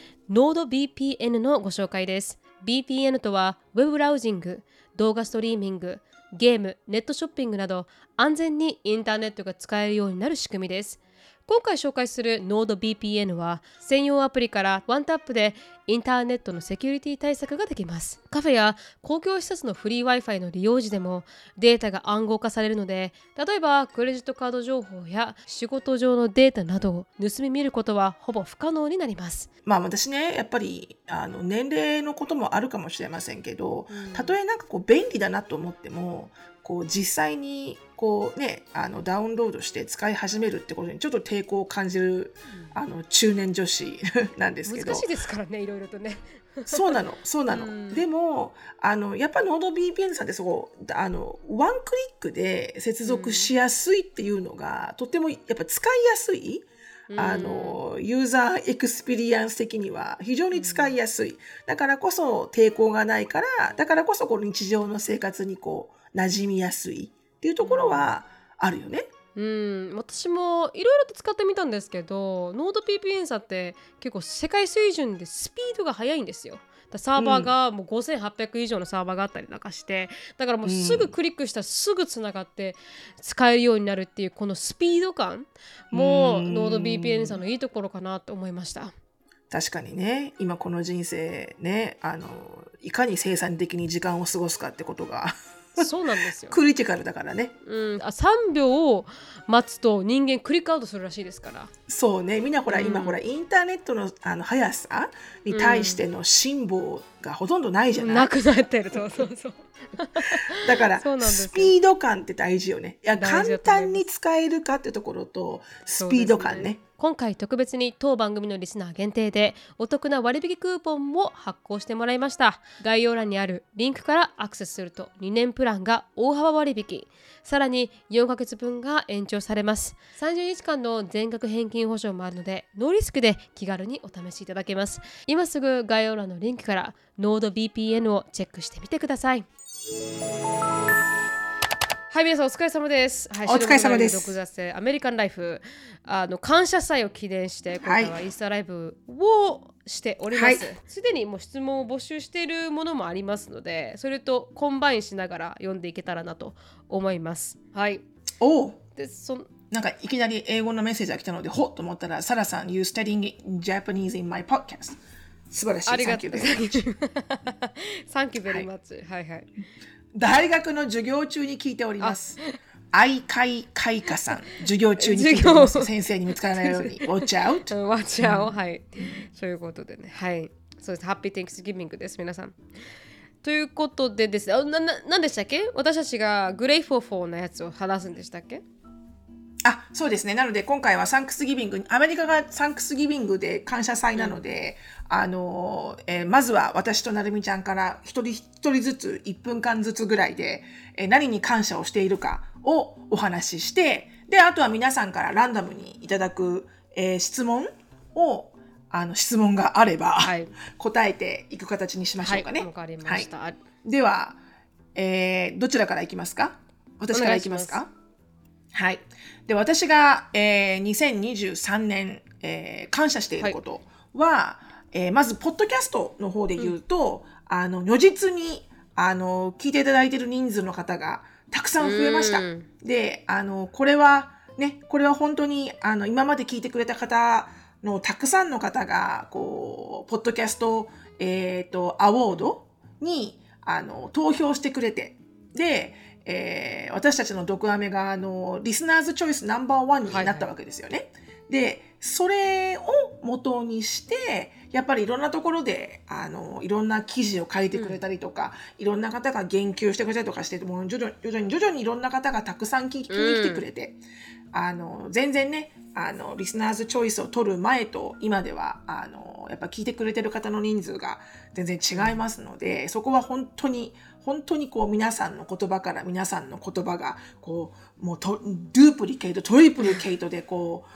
Speaker 2: NordVPN のご紹介です。 ビーピーエヌ とはウェブブラウジング、動画ストリーミング、ゲーム、ネットショッピングなど安全にインターネットが使えるようになる仕組みです。今回紹介する NordVPN は専用アプリからワンタップでインターネットのセキュリティ対策ができます。カフェや公共施設のフリー Wi-Fi の利用時でもデータが暗号化されるので、例えばクレジットカード情報や仕事上のデータなどを盗み見ることはほぼ不可能になります。
Speaker 1: まあ私ね、やっぱりあの年齢のこともあるかもしれませんけど、うん、たとえなんかこう便利だなと思っても、こう実際にこうね、あのダウンロードして使い始めるってことにちょっと抵抗を感じる、うん、あの中年女子なんですけど、
Speaker 2: 難しいですからね、いろいろとね。
Speaker 1: そうなのそうなの、うん、でもあのやっぱ NordVPN さんってそこあのワンクリックで接続しやすいっていうのが、うん、とてもやっぱ使いやすい、あのユーザーエクスペリエンス的には非常に使いやすい、うん、だからこそ抵抗がないから、だからこそこの日常の生活にこう馴染みやすいっていうところはあるよね。
Speaker 2: うん、私もいろいろと使ってみたんですけど、NordVPN さんって結構世界水準でスピードが速いんですよ。だサーバーがもうごせんはっぴゃく以上のサーバーがあったりなんかして、だからもうすぐクリックしたらすぐつながって使えるようになるっていうこのスピード感も NordVPN さんのいいところかなと思いました。
Speaker 1: 確かにね、今この人生ね、あのいかに生産的に時間を過ごすかってことが
Speaker 2: そうなんですよ。
Speaker 1: クリティカルだからね。
Speaker 2: うん、あさんびょうを待つと人間クリックアウトするらしいですから。
Speaker 1: そうね、みんなほら、うん、今ほらインターネットのあの速さに対しての辛抱がほとんどないじゃない、うん、
Speaker 2: なくなってる。そうそうそう
Speaker 1: だからスピード感って大事よね。いや簡単に使えるかってところとスピード感 ね, ね
Speaker 2: 今回特別に当番組のリスナー限定でお得な割引クーポンも発行してもらいました。概要欄にあるリンクからアクセスするとにねんプランが大幅割引、さらによんかげつぶんが延長されます。さんじゅうにちかんの全額返金保証もあるのでノーリスクで気軽にお試しいただけます。今すぐ概要欄のリンクから NordVPN をチェックしてみてください。はい、皆さんお疲れ様です。はい、
Speaker 1: お疲れ様です。
Speaker 2: 独座制アメリカンライフ、あの感謝祭を記念して今回はインスタライブをしております。すで、はい、にもう質問を募集しているものもありますので、それとコンバインしながら読んでいけたらなと思います。はい。
Speaker 1: お
Speaker 2: でそ
Speaker 1: なんかいきなり英語のメッセージが来たのでほっと思ったら、サラさん You studying Japanese in my podcast。素晴らしい。
Speaker 2: ありがとう。
Speaker 1: Thank
Speaker 2: you very much。はいはい。
Speaker 1: 大学の授業中に聞いております。愛海海花さん、授業中に聞いております。先生に見つからないように。Watch out。
Speaker 2: Watch out。はい。そういうことでね。はい。そうです。Happy Thanksgiving です、皆さん。ということでですね、な、な、なんでしたっけ？私たちが Grateful for のやつを話すんでしたっけ？
Speaker 1: あ、そうですね。なので今回はサンクスギビング、アメリカがサンクスギビングで感謝祭なので、うん、あの、えー、まずは私となるみちゃんから一人一人ずついっぷんかんずつぐらいで、えー、何に感謝をしているかをお話しして、で、あとは皆さんからランダムにいただく、えー、質問を、あの質問があれば、はい、答えていく形にしましょうかね。
Speaker 2: はい、わかりました。はい、
Speaker 1: では、えー、どちらからいきますか？私からいきますか？はい。で、私が、えー、にせんにじゅうさんねん、えー、感謝していることは、はい、えー、まず、ポッドキャストの方で言うと、うん、あの、如実に、あの、聞いていただいている人数の方がたくさん増えました。で、あの、これは、ね、これは本当に、あの、今まで聞いてくれた方のたくさんの方が、こう、ポッドキャスト、えっと、アワードに、あの、投票してくれて、で、えー、私たちの毒アメがあのリスナーズチョイスナンバーワンになったわけですよね。はいはい、でそれを元にしてやっぱりいろんなところであのいろんな記事を書いてくれたりとか、うん、いろんな方が言及してくれたりとかしてもう徐々に徐々に徐々にいろんな方がたくさん聞きに来てくれて、うん、あの全然ねあのリスナーズチョイスを取る前と今ではあのやっぱ聞いてくれてる方の人数が全然違いますので、うん、そこは本当に本当にこう皆さんの言葉から皆さんの言葉がこうもうとドゥープリケートトリプルケートでこう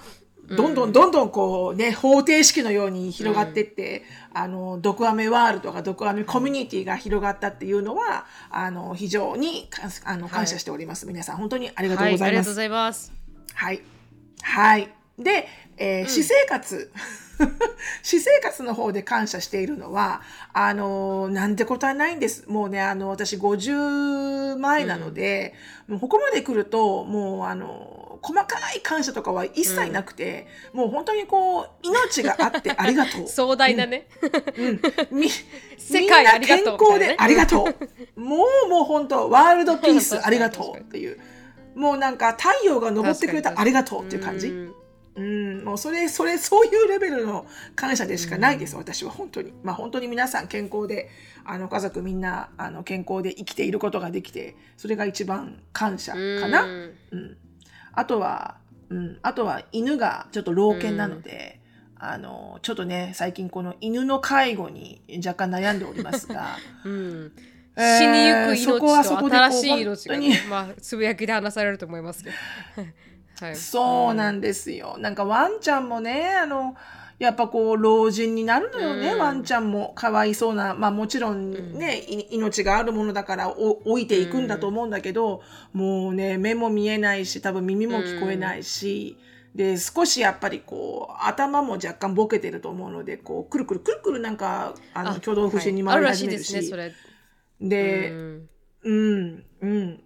Speaker 1: どんどんどんどんこうね、方程式のように広がっていって、うん、あの、毒アメワールドが毒アメコミュニティが広がったっていうのは、あの、非常にあの感謝しております。はい、皆さん本当にありがとうございます。はい、ありがとうございます。はい。はい。で、えー、私生活。私生活の方で感謝しているのは、あの、なんてことはないんです。もうね、あの、私ごじゅうまえなので、うん、もうここまで来ると、もうあの、細かい感謝とかは一切なくて、うん、もう本当にこう、命があってありがとう。
Speaker 2: 壮大なね。
Speaker 1: うん。うん、み、世界ありがとう。健康でありがとう。もうもう本当、ワールドピースありがとうっていう。もうなんか太陽が昇ってくれたありがとうっていう感じ。うん、もうそれ、それ、そういうレベルの感謝でしかないです、私は本当に。まあ本当に皆さん健康で、あの家族みんなあの健康で生きていることができて、それが一番感謝かな。うん、うん。あとは、うん、あとは犬がちょっと老犬なので、あの、ちょっとね、最近この犬の介護に若干悩んでおりますが、
Speaker 2: うん、死にゆく命と新しい命が、ね、まあ、つぶやきで話されると思いますけど。はい、
Speaker 1: そうなんですよ。なんかワンちゃんもね、あの、やっぱこう、老人になるのよね、うん、ワンちゃんも。かわいそうな、まあもちろんね、うん、命があるものだからお置いていくんだと思うんだけど、うん、もうね、目も見えないし、多分耳も聞こえないし、うん、で、少しやっぱりこう、頭も若干ボケてると思うので、こう、くるくるくるくるなんか、あの、挙動不審に回り始めるし。はい、あるらしいですね、それ。で、うん、うん、うん。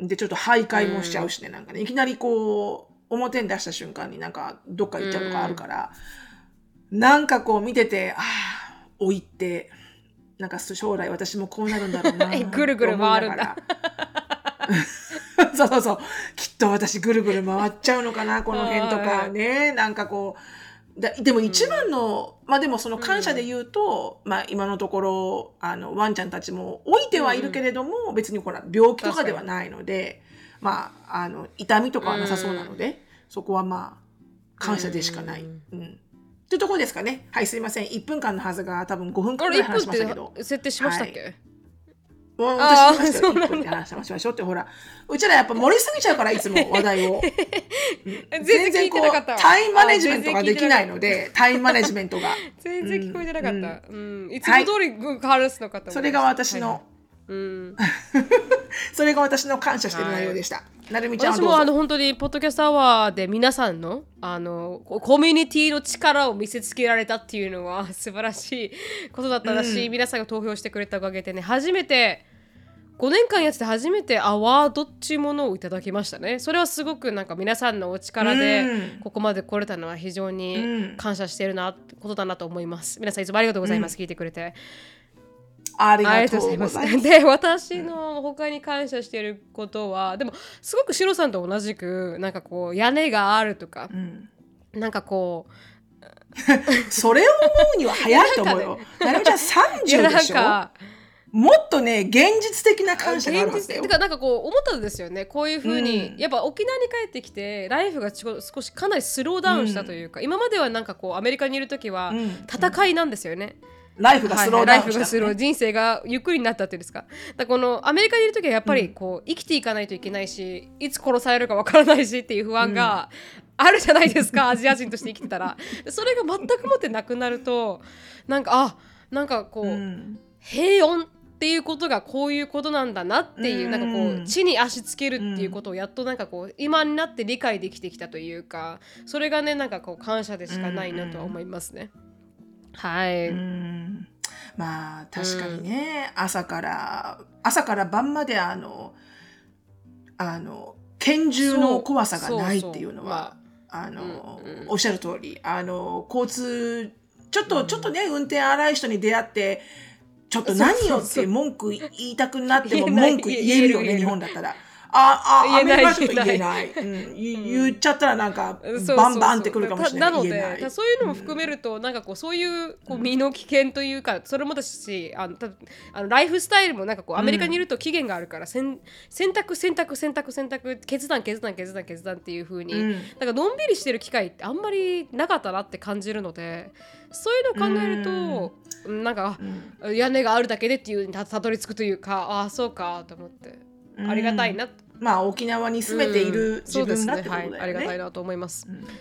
Speaker 1: で、ちょっと徘徊もしちゃうしね、なんかね、いきなりこう、表に出した瞬間になんかどっか行っちゃうとかあるから、うん、なんかこう見てて、ああ、老いって、なんか将来私もこうなるんだろうな。
Speaker 2: ぐるぐる回るんだ。
Speaker 1: そうそうそう。きっと私ぐるぐる回っちゃうのかな、この辺とかね。なんかこう、だでも一番の、うん、まあでもその感謝で言うと、うん、まあ今のところ、あの、ワンちゃんたちも老いてはいるけれども、うん、別にほら、病気とかではないので、まあ、あの、痛みとかはなさそうなので、うん、そこはまあ、感謝でしかない。うん。うん、っていうところですかね。はい、すいません。いっぷんかんのはずが多分ごふんかんぐらい話しましたけど。
Speaker 2: 設定しましたっけ？はい、
Speaker 1: もう私言いましたよ。いっぷんって話しましょうって、ほら。うちらやっぱ盛りすぎちゃうから、いつも話題を。うん、全然こう、タイムマネジメントができないので、タイムマネジメントが。
Speaker 2: 全然聞こえてなかった。うん。うん、いつも通り話すのかと思った。
Speaker 1: それが私の、
Speaker 2: はいうん、
Speaker 1: それが私の感謝している内容でした。はい、なるみちゃんはどうぞ。
Speaker 2: 私もあの本当にポッドキャストアワーで皆さんのあのコミュニティの力を見せつけられたっていうのは素晴らしいことだったらしい、うん、皆さんが投票してくれたおかげでね、初めてごねんかんやってて初めてアワードっていうものをいただきましたね。それはすごくなんか皆さんのお力でここまで来れたのは非常に感謝しているなことだなと思います。皆さんいつもありがとうございます、うん、聞いてくれて
Speaker 1: ありがとうございます。
Speaker 2: で、私の他に感謝していることは、でもすごくシロさんと同じくなんかこう屋根があるとか、うん、なんかこ
Speaker 1: うそれを思うには早いと思うよ。なるみちゃんさんじゅうでしょ。もっとね現実的な感謝があるはずだよ。
Speaker 2: てかなんかこう思ったんですよね。こういう風に、うん、やっぱ沖縄に帰ってきてライフがちょ少しかなりスローダウンしたというか、うん、今まではなんかこうアメリカにいる時は戦いなんですよね。うんうん
Speaker 1: ライフがスローダウンした、ねはいはい、ライフ
Speaker 2: がスロー人生がゆっくりになったっていうんですか。だこのアメリカにいるときはやっぱりこう、うん、生きていかないといけないし、いつ殺されるかわからないしっていう不安があるじゃないですか、うん、アジア人として生きてたら。それが全くもってなくなるとなんかあなんかこう、うん、平穏っていうことがこういうことなんだなっていう、うん、なんかこう地に足つけるっていうことをやっとなんかこう今になって理解できてきたというか、それがねなんかこう感謝でしかないなとは思いますね。はい、
Speaker 1: うんまあ確かにね、うん、朝から朝から晩まであのあの拳銃の怖さがないっていうのはあの、うんうん、おっしゃる通りあの交通ちょっと、うん、ちょっとね運転荒い人に出会ってちょっと何よって文句言いたくなっても文句言えるよね日本だったら。ああ、アメリカはちょっと言えない。うん、言っちゃったらなんかバンバンってくるかもしれない。
Speaker 2: なのでそういうのも含めると、うん、なんかこうそういうこう身の危険というか、それもだしあのあのライフスタイルもなんかこうアメリカにいると期限があるから、うん、選択選択選択選択決断決断決断決断っていう風に、うん、なんかのんびりしてる機会ってあんまりなかったなって感じるので、そういうのを考えると、うん、なんか、うん、屋根があるだけでっていうに た, たどり着くというか、ああそうかと思って。ありがたいな、うん、
Speaker 1: まあ沖縄に住めている自分だってことだよね、
Speaker 2: うんねはい、ありがたいなと思います、
Speaker 1: うん、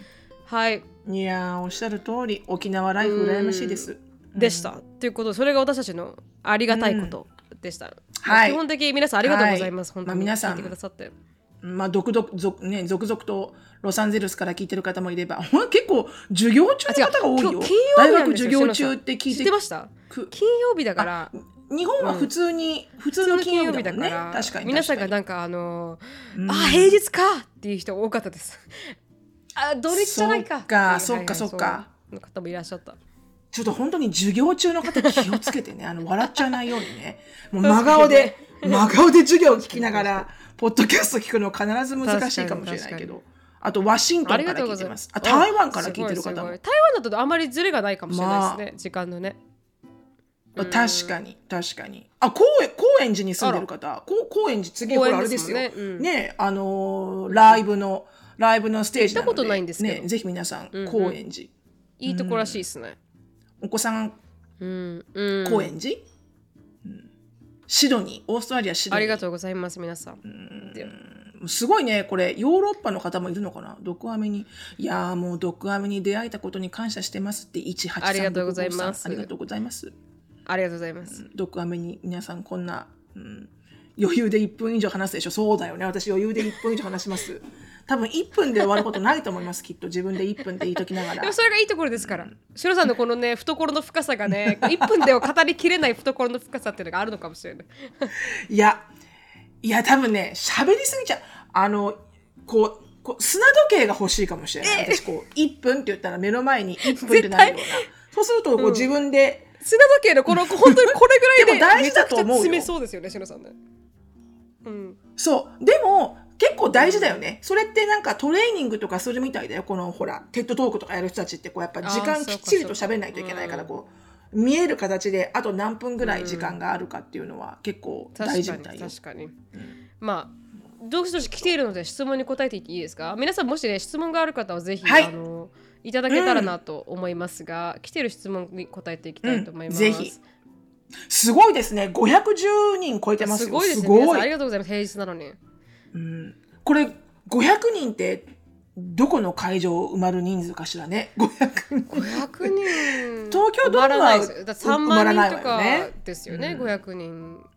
Speaker 2: はい。
Speaker 1: いやー、おっしゃる通り、沖縄ライフ羨ましいです。
Speaker 2: でした。と、うん、いうことで、それが私たちのありがたいことでした。うん、
Speaker 1: はい。
Speaker 2: 基本的に皆さんありがとうございます。
Speaker 1: はい、
Speaker 2: 本当に、
Speaker 1: まあ、皆さん
Speaker 2: 聞いてくださって。
Speaker 1: まあ、続々続、ね、続々とロサンゼルスから聞いてる方もいれば、結構授業中の方が多いよ。大学授業中って聞いて。
Speaker 2: 知ってました？金曜日だから。
Speaker 1: 日本は普通に、うん、普通の金曜日だもんね。
Speaker 2: から
Speaker 1: 確かに。
Speaker 2: 皆さんがなんかあのーうん、あ平日かっていう人多かったです。あ土日じゃないか。
Speaker 1: そっかそっかそっか。
Speaker 2: の方もいらっしゃった。
Speaker 1: ちょっと本当に授業中の方気をつけてね、あの笑っちゃわないようにね。もう真顔で真顔で授業を聞きながらポッドキャスト聞くの必ず難しいかもしれないけど。あとワシントンから聞いてます。あ、台湾から聞いてる方も。台湾
Speaker 2: だとあまりズレがないかもしれないですね。まあ、時間のね。
Speaker 1: 確かに確かに。あ、高円高円寺に住んでる方、高円寺次これあれですよ。ね、うん、ね、あのー、ライブのライブのステージなので、
Speaker 2: 行ったことないんですけど、
Speaker 1: ね、ぜひ皆さん、うんうん、高円寺。
Speaker 2: いいとこらしいですね。
Speaker 1: お子さん、
Speaker 2: うんうん、
Speaker 1: 高円寺、うん、シドニー、オーストラリアシドニー。
Speaker 2: ありがとうございます皆さん。
Speaker 1: うん、すごいね、これヨーロッパの方もいるのかな。ドクアメに、いやもうドクアメに出会えたことに感謝してますっていちはちさん
Speaker 2: ありがとうございます。
Speaker 1: ありがとうございます。
Speaker 2: ありがとうございます。
Speaker 1: うん、ドクアメに皆さんこんな、うん、余裕でいっぷん以上話すでしょ。そうだよね。私余裕でいっぷん以上話します。多分いっぷんで終わることないと思います。きっと自分でいっぷんって言いときながら。
Speaker 2: でもそれがいいところですから。シロさんのこのね懐の深さがねいっぷんでは語りきれない懐の深さっていうのがあるのかもしれない。
Speaker 1: いやいや多分ね喋りすぎちゃう。あのこうこう砂時計が欲しいかもしれない。私こういっぷんって言ったら目の前にいっぷんってなるような。そうするとこう自分で、
Speaker 2: うん、砂時計のこの本当にこれぐらいで
Speaker 1: でも大事だと思うよ。
Speaker 2: 詰めそうですよねシロさんね。
Speaker 1: うん、そうでも結構大事だよね。それってなんかトレーニングとかするみたいだよ。このほらテッドトークとかやる人たちってこうやっぱ時間きっちりと喋んないといけないからこう見える形であと何分ぐらい時間があるかっていうのは結構大事みたいよ。
Speaker 2: 確かに確かに、うん、まあどうしどし来ているので質問に答えていっていいですか。皆さんもしね質問がある方はぜひ、はい、あのいただけたらなと思いますが、うん、来ている質問に答えていきたいと思います、
Speaker 1: うん、ぜひ。すごいですね。ごひゃくじゅうにん超えてますよ。
Speaker 2: すごいですね。皆さんありがとうございます。平日なのに。
Speaker 1: うん、これごひゃくにんってどこの会場埋まる人数かしらね。ごひゃくにん。
Speaker 2: ごひゃくにん
Speaker 1: 東京ドームは
Speaker 2: さんまん人とかですよね。うん、ごひゃくにん。
Speaker 1: うん、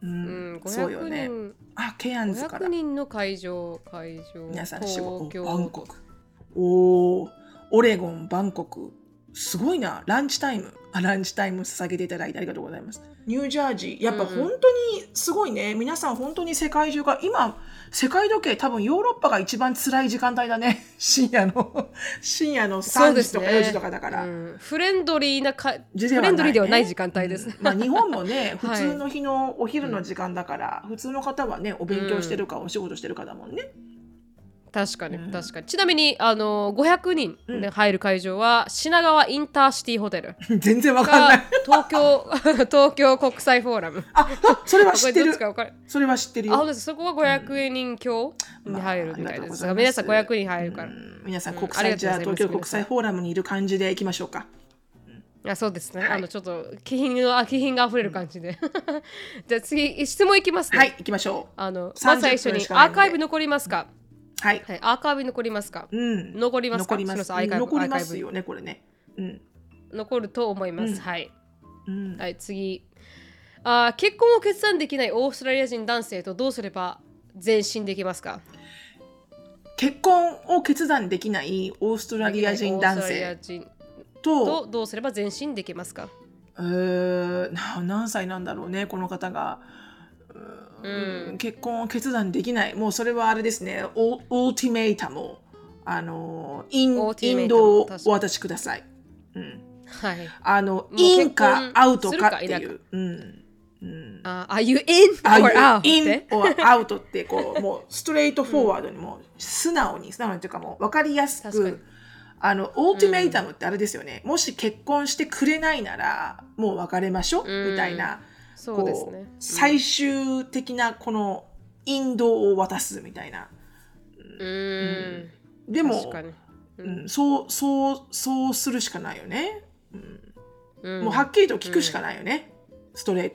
Speaker 1: ごひゃくにん。そうよね。あ、ケアンズから。
Speaker 2: ごひゃくにんの会場会場。
Speaker 1: 皆さん東京バンコク。おお、オレゴンバンコク。すごいな。ランチタイム。あ、ランチタイム捧げていただいてありがとうございます。ニュージャージー。やっぱ本当にすごいね。うん、皆さん本当に世界中が、今、世界時計多分ヨーロッパが一番辛い時間帯だね。深夜の、深夜のさんじとかよじとかだから。
Speaker 2: うん、フレンドリーなか、フレンドリーではない時間帯です。うん、
Speaker 1: まあ日本もね、普通の日のお昼の時間だから、はい、普通の方はね、お勉強してるか、うん、お仕事してるかだもんね。
Speaker 2: 確かに確かに、うん、ちなみにあのごひゃくにんで入る会場は、うん、品川インターシティホテル
Speaker 1: 全然わかんない
Speaker 2: 東京東京国際フォーラム。
Speaker 1: あ、それは知ってる。それは知ってるよ。
Speaker 2: あ、そこはごひゃくにん強に入るみたいです、まあ、皆さんごひゃくにん入るから、うん、
Speaker 1: 皆さん国際、うん、じゃあ東京国際フォーラムにいる感じでいきましょうか。
Speaker 2: あ、そうですね、はい、あのちょっと気品が気品があふれる感じで、うん、じゃあ次質問いきますね。
Speaker 1: はい、いきましょう。
Speaker 2: あのまず最初にアーカイブ残りますか。
Speaker 1: はい、
Speaker 2: はい、アーカイブ残りますか。
Speaker 1: うん、
Speaker 2: 残りますか。
Speaker 1: 残ります。残りますよね、これね。うん、
Speaker 2: 残ると思います。うん、はい、
Speaker 1: うん。
Speaker 2: はい、次。あ、結婚を決断できないオーストラリア人男性とどうすれば前進できますか。
Speaker 1: 結婚を決断できないオーストラリア人男性
Speaker 2: とどうすれば前進できますか。
Speaker 1: えー、何歳なんだろうね、この方が。うん、結婚を決断できない。もうそれはあれですね。オーティメータムをあのインインドをお渡しください。うん、
Speaker 2: はい。
Speaker 1: あのインかアウトかっていう。うんうん、
Speaker 2: あ、are you in or out?
Speaker 1: in or out ってこうもうストレートフォワードにも素直に素直にというかもう分かりやすく。あのオーティメータムってあれですよね。もし結婚してくれないならもう別れましょうみたいな。
Speaker 2: そうですね、
Speaker 1: こう最終的なこの引導を渡すみたいな。
Speaker 2: うん、うん、
Speaker 1: でも、
Speaker 2: 確かに、
Speaker 1: うんうん、そうそうそうするしかないよね。うん
Speaker 2: うん、
Speaker 1: もうはっきりと聞くしかないよね、うん、ストレートに。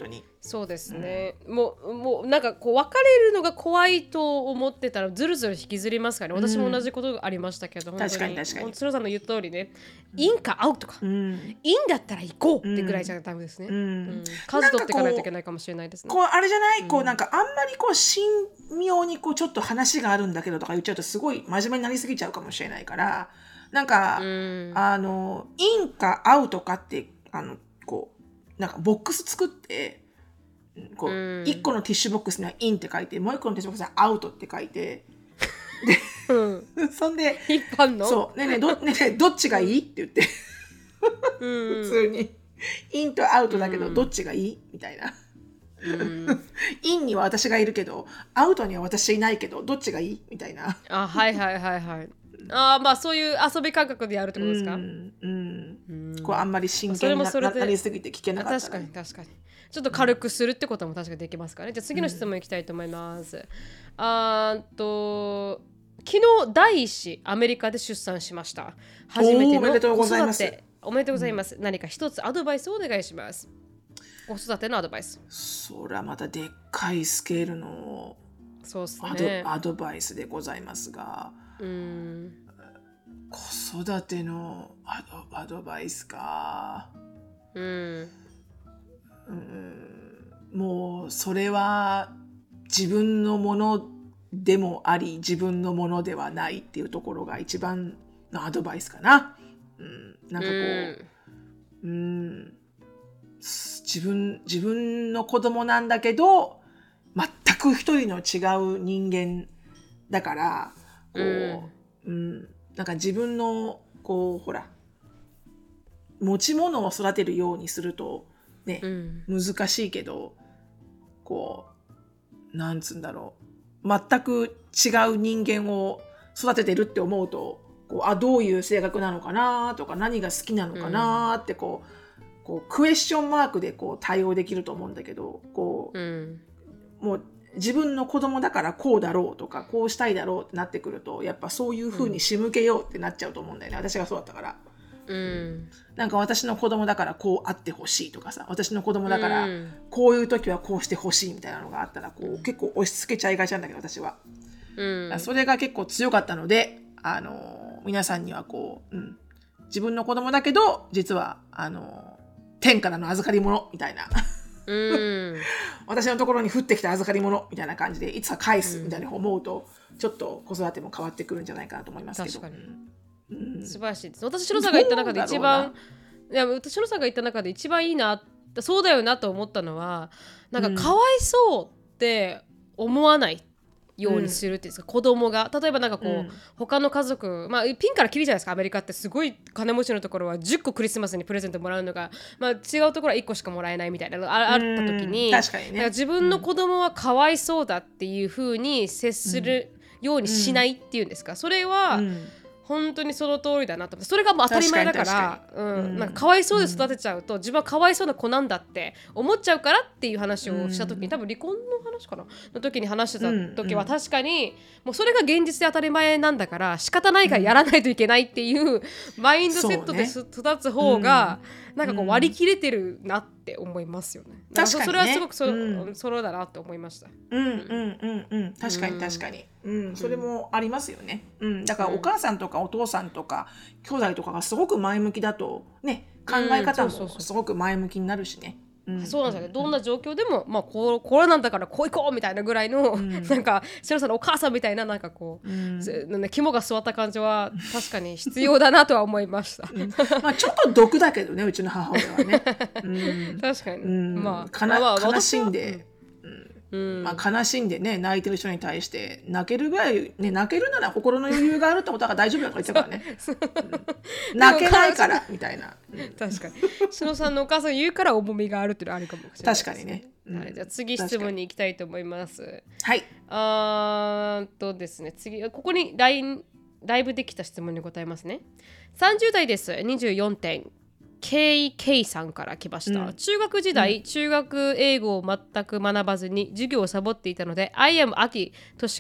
Speaker 2: そうですね、うん、もうもうなんかこう別れるのが怖いと思ってたらずるずる引きずりますからね。私も同じことがありましたけど、うん、
Speaker 1: 確かに確かに
Speaker 2: シロさんの言う通りね、いいんかアウトか、うん、いいんだったら行こうってぐらいじゃダメですね、うんうん、数取っていかないといけないかもしれないですね。
Speaker 1: こうあれじゃない、うん、こうなんかあんまりこう神妙にこうちょっと話があるんだけどとか言っちゃうとすごい真面目になりすぎちゃうかもしれないから、なんか、うん、あのインかアウトかってあのこうなんかボックス作ってこう、うん、いっこのティッシュボックスにはインって書いて、もういっこのティッシュボックスにはアウトって書いてで、うん、そんで
Speaker 2: 一般の
Speaker 1: そうねえねえ ど, ねえどっちがいいって言ってうん、普通にインとアウトだけどどっちがいいみたいな、うん、インには私がいるけどアウトには私いないけどどっちがいいみたいな。
Speaker 2: あ、はいはいはいはい。あ、まあそういう遊び感覚でやるってことですか。うん、
Speaker 1: うんうん、こうあんまり真剣に な, なりすぎて聞けなかったら、
Speaker 2: 確かに確かにちょっと軽くするってことも確かにできますからね。じゃあ次の質問いきたいと思います、うん、あーと昨日第一子アメリカで出産しました。初めての子育て、おめでとうございます。おめでとうございます、うん、何か一つアドバイスをお願いします。子育てのアドバイス。
Speaker 1: それはまたでっかいスケールの
Speaker 2: そうっすね、
Speaker 1: アド、アドバイスでございますが、うーん、子育てのア ド, アドバイスか、うん、うん、もうそれは自分のものでもあり自分のものではないっていうところが一番のアドバイスかな、うん、なんかこう、うん、自分自分の子供なんだけど全く一人の違う人間だからこう、うん、なんか自分のこうほら持ち物を育てるようにするとね、うん、難しいけどこうなんつうんだろう、全く違う人間を育ててるって思うとこうあどういう性格なのかなとか何が好きなのかなってこう、うん、こうクエスチョンマークでこう対応できると思うんだけどこう、うん、もう自分の子供だからこうだろうとかこうしたいだろうってなってくるとやっぱそういう風に仕向けようってなっちゃうと思うんだよね、うん、私がそうだったから、うん、なんか私の子供だからこうあってほしいとかさ、私の子供だからこういう時はこうしてほしいみたいなのがあったらこう結構押し付けちゃいがちなんだけど私は、うん、それが結構強かったので、あの皆さんにはこう、うん、自分の子供だけど実はあの天からの預かり物みたいなうん私のところに降ってきた預かり物みたいな感じでいつか返すみたいに思うと、うん、ちょっと子育ても変わってくるんじゃないかなと思いますけど。確かに、うん、
Speaker 2: 素晴らしいです。私白さんが言った中で一番いや私白さんが言った中で一番いいな、そうだよなと思ったのはなんかかわいそうって思わないようにするっていうんですか、うん、子供が例えばなんかこう、うん、他の家族、まあ、ピンからキリじゃないですか。アメリカってすごい金持ちのところはじゅっこクリスマスにプレゼントもらうのが、まあ、違うところはいっこしかもらえないみたいなのが あ, あった時に、
Speaker 1: 確かにね、
Speaker 2: 自分の子供はかわいそうだっていう風に接するようにしないっていうんですか、それは、うん本当にその通りだなと思って、それがもう当たり前だから、うん、なんかかわいそうで育てちゃうと、うん、自分はかわいそうな子なんだって思っちゃうからっていう話をした時に、うん、多分離婚の話かなの時に話してた時は確かに、うん、もうそれが現実で当たり前なんだから仕方ないからやらないといけないっていうマインドセットで育つ方が、ね、なんかこう割り切れてるなって思いますよね。確かにね、それはすごく そ,、うん、それだなって思いました。
Speaker 1: うんうんうんうん確かに確かに、うんうん、それもありますよね、うん、だからお母さんとかお父さんとか兄弟とかがすごく前向きだとね、考え方もすごく前向きになるしね、
Speaker 2: うん、そうなんですよね、どんな状況でも、まあ、こ, これなんだからこういこうみたいなぐらいの、うん、なんか白さんのお母さんみたいななんかこう、うん、なんか肝が据わった感じは確かに必要だなとは思いました、うん
Speaker 1: まあ、ちょっと毒だけどねうちの母親はね、
Speaker 2: うん、確かに、
Speaker 1: うんまあ、かな、まあ、悲しんで、うんまあ、悲しんでね泣いてる人に対して泣けるぐらい、ね、泣けるなら心の余裕があるってことは大丈夫だとか言ってたからね、うん、泣けないからみたいな、
Speaker 2: うん、確かに篠さんのお母さん言うから重みがあるっていうのはあるかもしれないです、
Speaker 1: ね、確かにね、
Speaker 2: うんはい、じゃあ次質問に行きたいと思います。
Speaker 1: はい
Speaker 2: あーとですね次ここに ライン ライブできた質問に答えますね。さんじゅう代です。にじゅうよんてんケーケー さんから来ました、うん、中学時代、うん、中学英語を全く学ばずに授業をサボっていたので I am 秋年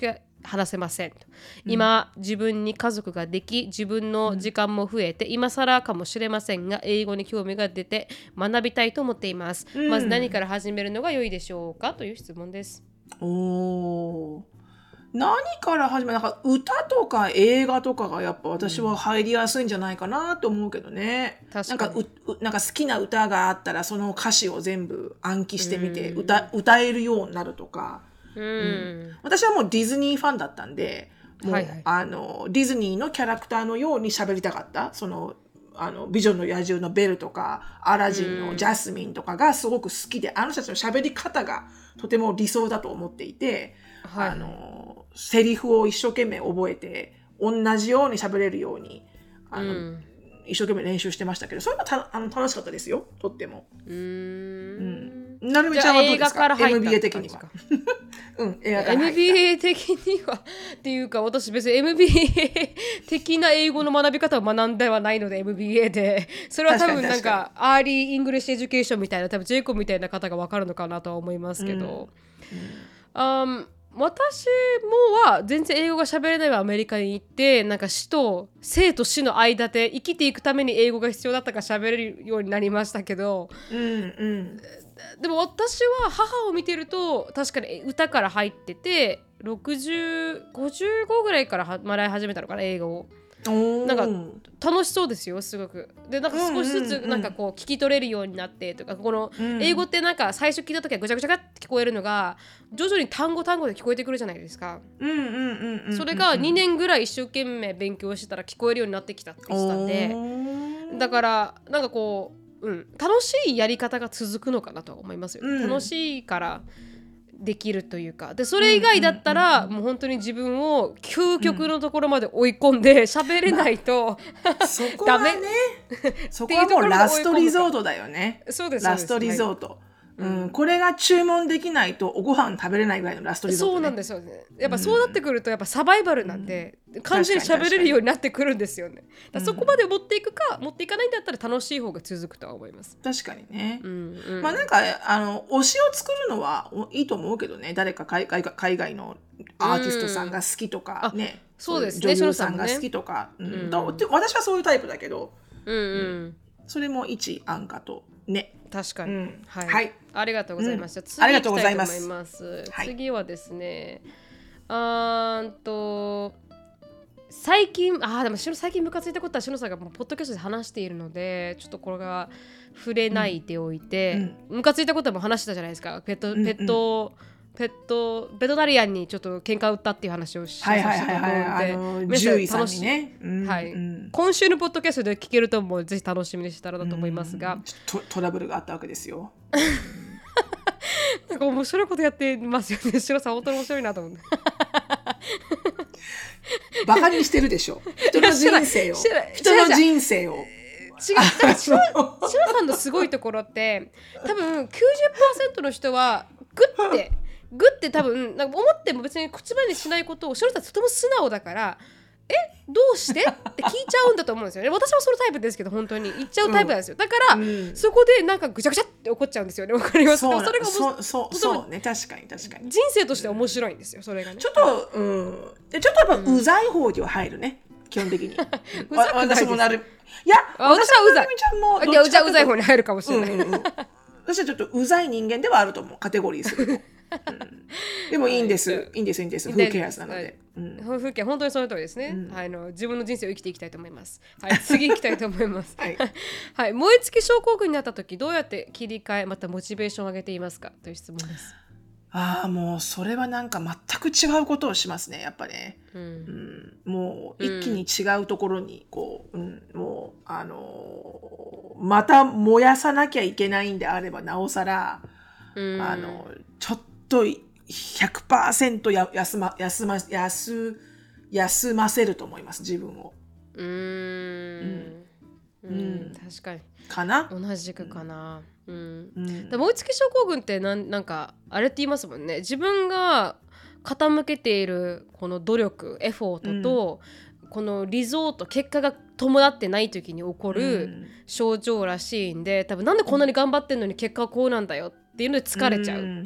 Speaker 2: 話せませんと、うん、今自分に家族ができ自分の時間も増えて、うん、今更かもしれませんが英語に興味が出て学びたいと思っています、うん、まず何から始めるのが良いでしょうかという質問です。
Speaker 1: おー、何から始める、なんか歌とか映画とかがやっぱ私は入りやすいんじゃないかなと思うけどね、うん、なんかうなんか好きな歌があったらその歌詞を全部暗記してみて、うん、歌, 歌えるようになるとか、うんうん、私はもうディズニーファンだったんでもう、はいはい、あのディズニーのキャラクターのように喋りたかった。そのあの美女の野獣のベルとかアラジンのジャスミンとかがすごく好きで、あの人たちの喋り方がとても理想だと思っていて、はい、あのセリフを一生懸命覚えて同じように喋れるようにあの、うん、一生懸命練習してましたけど、それはたあの楽しかったですよ、とっても。うーん、うん、なるみちゃんはどうですか？ エムビーエー 的には。うん、映画から入った。
Speaker 2: エムビーエー 的にはっていうか、私別に エムビーエー 的な英語の学び方を学んではないので エムビーエー で、それは多分なんかアーリーイングリッシュエデュケーションみたいな、多分ジェイコブみたいな方が分かるのかなとは思いますけど、うんうん、um, 私もは全然英語が喋れないアメリカに行って、なんか死と生と死の間で生きていくために英語が必要だったから喋れるようになりましたけど、うんうん、でも私は母を見てると確かに歌から入ってて、ろくじゅう、ごじゅうごぐらいから習い始めたのかな、英語を。なんか楽しそうですよ、すごく。でなんか少しずつなんかこう聞き取れるようになってとか、この英語ってなんか最初聞いた時はぐちゃぐちゃって聞こえるのが徐々に単語単語で聞こえてくるじゃないですか。それがにねんぐらい一生懸命勉強してたら聞こえるようになってきたって言ってたんで、だからなんかこう、うん、楽しいやり方が続くのかなと思いますよ、うん、楽しいからできるというか。でそれ以外だったら、うんうんうん、もう本当に自分を究極のところまで追い込んで喋れないと、
Speaker 1: うん、そこはねそこはもうラストリゾートだよね。
Speaker 2: そうです、
Speaker 1: ラストリゾート、はい、うん、これが注文できないとおご飯食べれないぐらいのラストリゾート、ね、
Speaker 2: そうなんですよね。やっぱそうなってくるとやっぱサバイバルなんで、うん、完全に喋れるようになってくるんですよね。だそこまで持っていくか、うん、持っていかないんだったら楽しい方が続くとは思います。
Speaker 1: 確かにね、うんうん、まあなんかあの推しを作るのはいいと思うけどね、誰か海外、海外のアーティストさんが好きとかね、うん、
Speaker 2: そうですね、
Speaker 1: 女優さんが好きとか、ね、うんうん、私はそういうタイプだけど、うんうん、それも一案かとね。
Speaker 2: 確かに、うんはい
Speaker 1: はい、
Speaker 2: ありがとうございました、うん、次
Speaker 1: ありがとうございます。
Speaker 2: ます、はい、次はですね、あーんと最近あでも最近ムカついたことはしのさんがポッドキャストで話しているのでちょっとこれが触れないでおいて、うん、ムカついたことも話したじゃないですか。ペット、うんうん、ペットペットベトナリアンにちょっと喧嘩売ったっていう話をしさせてもらって、
Speaker 1: 獣医さんにね、
Speaker 2: うんはいうん、今週のポッドキャストで聞けると思う、ぜひ楽しみにしたらだと思いますが、
Speaker 1: ト, トラブルがあったわけですよ
Speaker 2: なんか面白いことやってますよね。シロさん本当に面白いなと思って
Speaker 1: バカにしてるでしょ、人の人生を人の人生を違う。
Speaker 2: だからシロさんのすごいところって多分 きゅうじゅっパーセント の人はグッてグッて多分なんか思っても別に口までしないことをシロさんとても素直だから、えどうしてって聞いちゃうんだと思うんですよね。私もそのタイプですけど本当に言っちゃうタイプなんですよ。だから、うん、そこでなんかぐちゃぐちゃって怒っちゃうんですよね。わかりますか？それが
Speaker 1: そうそうそうね、確かに確かに
Speaker 2: 人生として面白いんですよ、それがね。
Speaker 1: ちょっと、うん、でちょっとやっぱうざい方には入るね、うん、基本的に。
Speaker 2: うざくないです。
Speaker 1: 私もなる。いや、
Speaker 2: 私はうざい。いや、うざいうざい方に入るかもしれない。
Speaker 1: うんうんうん、私はちょっとうざい人間ではあると思う、カテゴリーすると。うん、でもいいんです、はい、いいんですいいんです。風景やつなので、
Speaker 2: うん、風景本当にその通りですね、うん、あの自分の人生を生きていきたいと思います。はい、次行きたいと思います。はい、はい、燃え尽き症候群になった時どうやって切り替えまたモチベーションを上げていますかという質問です。
Speaker 1: ああもうそれはなんか全く違うことをしますね、やっぱね、うんうん、もう一気に違うところにこう、うん、もうあのー、また燃やさなきゃいけないんであればなおさら、うん、あのちょっと ひゃくパーセント や休ま休ま休休ませると思います、自分を。うーん、
Speaker 2: うんうん、確かに
Speaker 1: かな、
Speaker 2: 同じくかな、うんうん、だ燃え尽き症候群ってなん、なんかあれって言いますもんね。自分が傾けているこの努力エフォートと、うん、このリゾート結果が伴ってない時に起こる症状らしいんで、多分なんでこんなに頑張ってんのに結果はこうなんだよっていうので疲れちゃうか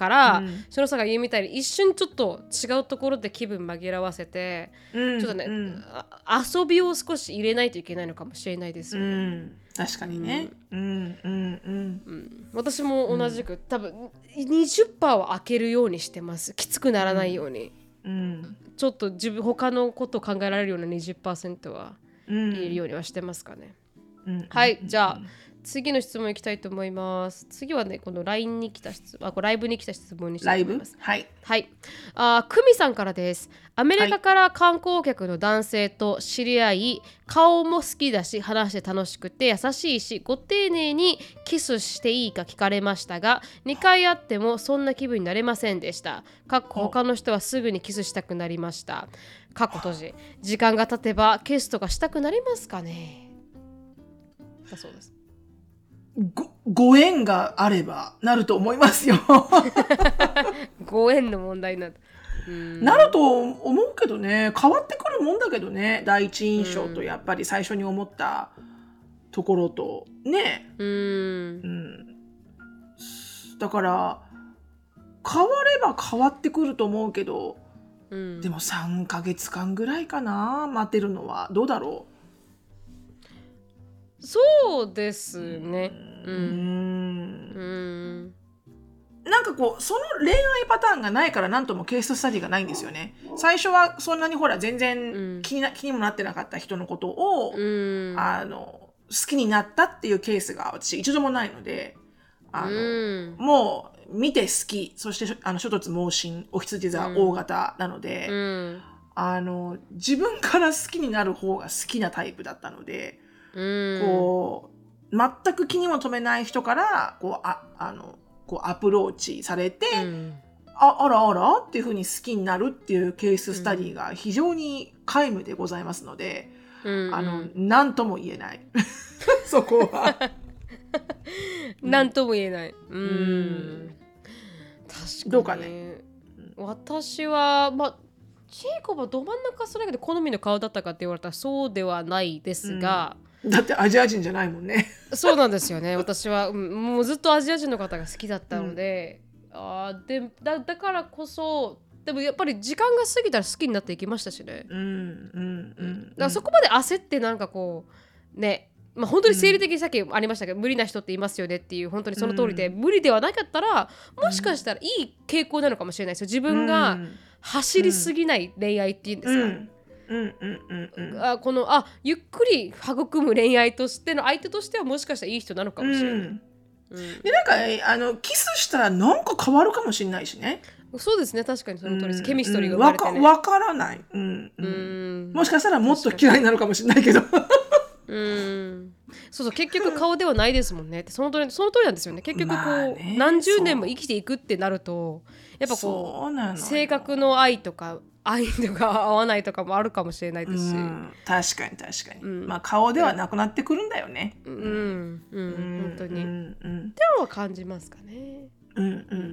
Speaker 2: から、
Speaker 1: うん、
Speaker 2: しのさんが言うみたいに一瞬ちょっと違うところで気分紛らわせて、
Speaker 1: うん、
Speaker 2: ちょっとね、
Speaker 1: うん、
Speaker 2: 遊びを少し入れないといけないのかもしれないですよね、
Speaker 1: うん、確かにね、うんうんうん、
Speaker 2: うん、私も同じく、うん、多分 にじゅっパーセント は開けるようにしてます。きつくならないように、
Speaker 1: うんうん、
Speaker 2: ちょっと自分他のことを考えられるような にじゅっパーセント は入れるようにはしてますかね、うん、はい、じゃあ次の質問いきたいと思います。次はね、この ライン に来た質問、あ、これライブに来た質問にしたいと思います。
Speaker 1: はい。
Speaker 2: はい。あ、久美さんからです。アメリカから観光客の男性と知り合い、顔も好きだし、話して楽しくて優しいし、ご丁寧にキスしていいか聞かれましたが、にかい会ってもそんな気分になれませんでした。かっこ他の人はすぐにキスしたくなりました。かっこ閉じ。時間が経てばキスとかしたくなりますかね。だそうです。
Speaker 1: ご, ご縁があればなると思いますよ
Speaker 2: ご縁の問題なる
Speaker 1: なると思うけどね、変わってくるもんだけどね、第一印象とやっぱり最初に思ったところとね、うん、うん、だから変われば変わってくると思うけど、うん、でもさんかげつかんぐらいかな、待てるのは。どうだろう。
Speaker 2: そうですね。うん。
Speaker 1: うん。なんかこうその恋愛パターンがないからなんともケーススタディがないんですよね。最初はそんなにほら全然気にな、うん、気にもなってなかった人のことを、うん、あの好きになったっていうケースが私一度もないので、あの、うん、もう見て好き、そしてあの諸突猛進、お羊座大型なので、うん、あの自分から好きになる方が好きなタイプだったので。うん、こう全く気にも留めない人からこうああのこうアプローチされて、うん、あ, あらあらっていう風に好きになるっていうケーススタディが非常に皆無でございますので、うん、あの何とも言えないそこは
Speaker 2: 何とも言えない、うん、うん、確かに
Speaker 1: どうかね。
Speaker 2: 私はまあジェイコブはど真ん中それだけで好みの顔だったかって言われたらそうではないですが、
Speaker 1: うん、だってアジア人じゃないもんね
Speaker 2: そうなんですよね。私はもうずっとアジア人の方が好きだったので、うん、あで だ, だからこそでもやっぱり時間が過ぎたら好きになっていきましたしね、うんうんうん、だからそこまで焦ってなんかこうね、まあ、本当に生理的にさっきありましたけど、うん、無理な人っていますよねっていう本当にその通りで、うん、無理ではなかったらもしかしたらいい傾向なのかもしれないですよ。自分が走りすぎない恋愛っていうんですか、うんうんうんうんうん、あこのあゆっくり育む恋愛としての相手としてはもしかしたらいい人なのかもしれない、うん
Speaker 1: うん、でなんかあのキスしたらなんか変わるかもしれないしね。
Speaker 2: そうですね、確かにその通りです、うん、ケミストリーが生まれてね、
Speaker 1: わからない、うんうん、もしかしたらもっと嫌いになるかもしれないけど
Speaker 2: うんそうそう結局顔ではないですもんねってその通り、その通りなんですよね。結局こう、まあね、何十年も生きていくってなるとやっぱこう性格の愛とか愛とか合わないとかもあるかもしれないですし、うん、
Speaker 1: 確かに確かに、うん、まあ顔ではなくなってくるんだよね、
Speaker 2: うんうん、うん、本当に、うんうん、でも感じますかね。うんうんうんうんうん。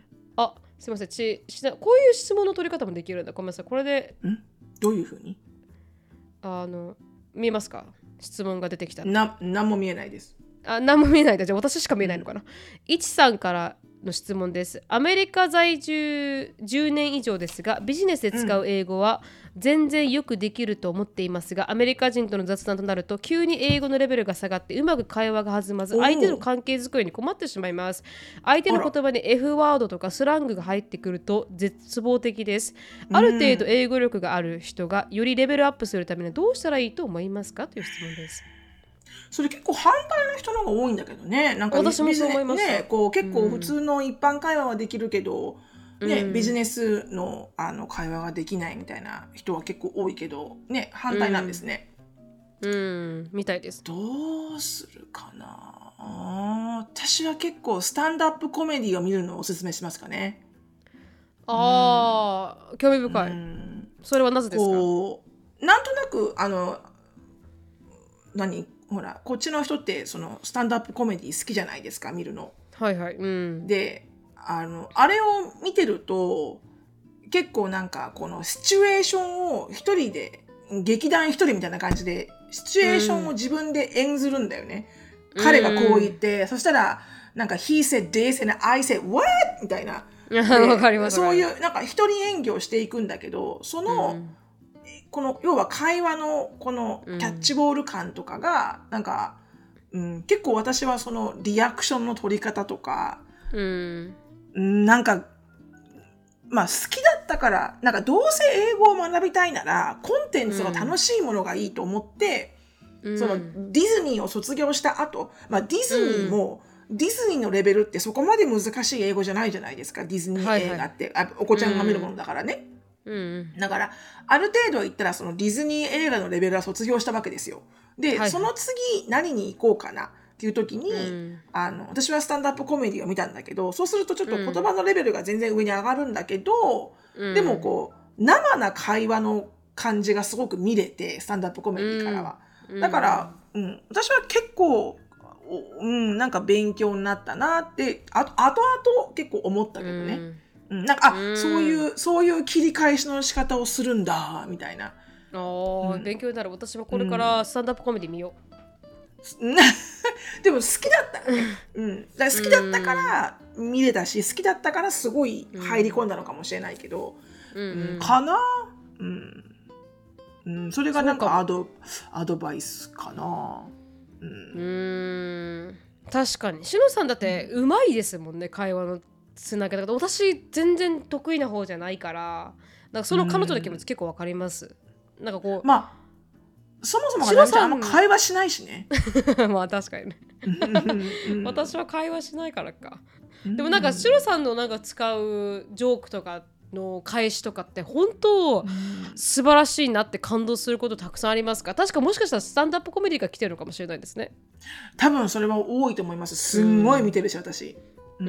Speaker 2: あ、すみません、ちしなこういう質問の取り方もできるんだ。ごめんなさい、これで
Speaker 1: んどういうふうに
Speaker 2: あの見えますか？質問が出てきたら
Speaker 1: な何も見えないです。
Speaker 2: あ、何も見えないだ。じゃあ私しか見えないのかな。いちさんからの質問です。アメリカ在住じゅうねん以上ですがビジネスで使う英語は全然よくできると思っていますが、アメリカ人との雑談となると急に英語のレベルが下がってうまく会話が弾まず相手の関係づくりに困ってしまいます。相手の言葉に F ワードとかスラングが入ってくると絶望的です。ある程度英語力がある人がよりレベルアップするためにどうしたらいいと思いますかという質問です。
Speaker 1: それ結構反対の人の方が多いんだけどね。なんか
Speaker 2: 私もそう思います、
Speaker 1: ね、こう結構普通の一般会話はできるけど、うんね、ビジネス の, あの会話ができないみたいな人は結構多いけど、ね、反対なんですね。
Speaker 2: うん、うん、みたいです。
Speaker 1: どうするかな。私は結構スタンドアップコメディを見るのをおすすめしますかね。
Speaker 2: ああ、うん、興味深い、うん。それはなぜですか？
Speaker 1: こうなんとなくあの何ほらこっちの人ってそのスタンドアップコメディ好きじゃないですか、見るの。
Speaker 2: はいはい、うん、
Speaker 1: で あのあれを見てると結構なんかこのシチュエーションを一人で劇団一人みたいな感じでシチュエーションを自分で演ずるんだよね、うん、彼がこう言って、そしたらなんか he said this and I said what みたいな
Speaker 2: わかります。
Speaker 1: そういうなんか一人演技をしていくんだけど、その、うん、この要は会話のこのキャッチボール感とかがなんか、うん、結構私はそのリアクションの取り方とか、うん、なんかまあ好きだったから、なんかどうせ英語を学びたいならコンテンツが楽しいものがいいと思って、うん、そのディズニーを卒業した後、まあディズニーも、うん、ディズニーのレベルってそこまで難しい英語じゃないじゃないですか。ディズニー映画って、はいはい、あお子ちゃんが見るものだからね。うん、だからある程度言ったらそのディズニー映画のレベルは卒業したわけですよ。で、はいはい、その次何に行こうかなっていう時に、うん、あの私はスタンドアップコメディを見たんだけど、そうするとちょっと言葉のレベルが全然上に上がるんだけど、うん、でもこう生な会話の感じがすごく見れて、スタンドアップコメディからは、うん、だから、うん、私は結構、うん、なんか勉強になったなってあと後々結構思ったけどね、うんうん、なんか、あ、そういうそういう切り返しの仕方をするんだみたいな。
Speaker 2: あ、うん、勉強になる。私もこれからスタンドアップコメディ見よ
Speaker 1: う、うん、でも好きだったらね、うん、だから好きだったから見れたし、好きだったからすごい入り込んだのかもしれないけど、うんうん、かな、うんうん、それがなんかアド、アドバイスかな、うん、う
Speaker 2: ーん、確かにしのさんだってうまいですもんね、会話のつなげ方。私全然得意な方じゃないから、なんかその彼女の気持ち結構わかります。なんかこう、
Speaker 1: まあそもそもがあんま会話しないしね
Speaker 2: まあ確かにね私は会話しないからか。でもなんかしのさんのなんか使うジョークとかの返しとかって本当素晴らしいなって感動することたくさんありますか？確かもしかしたらスタンドアップコメディが来てるのかもしれないですね。
Speaker 1: 多分それは多いと思います。すんごい見てるし、私。
Speaker 2: うん、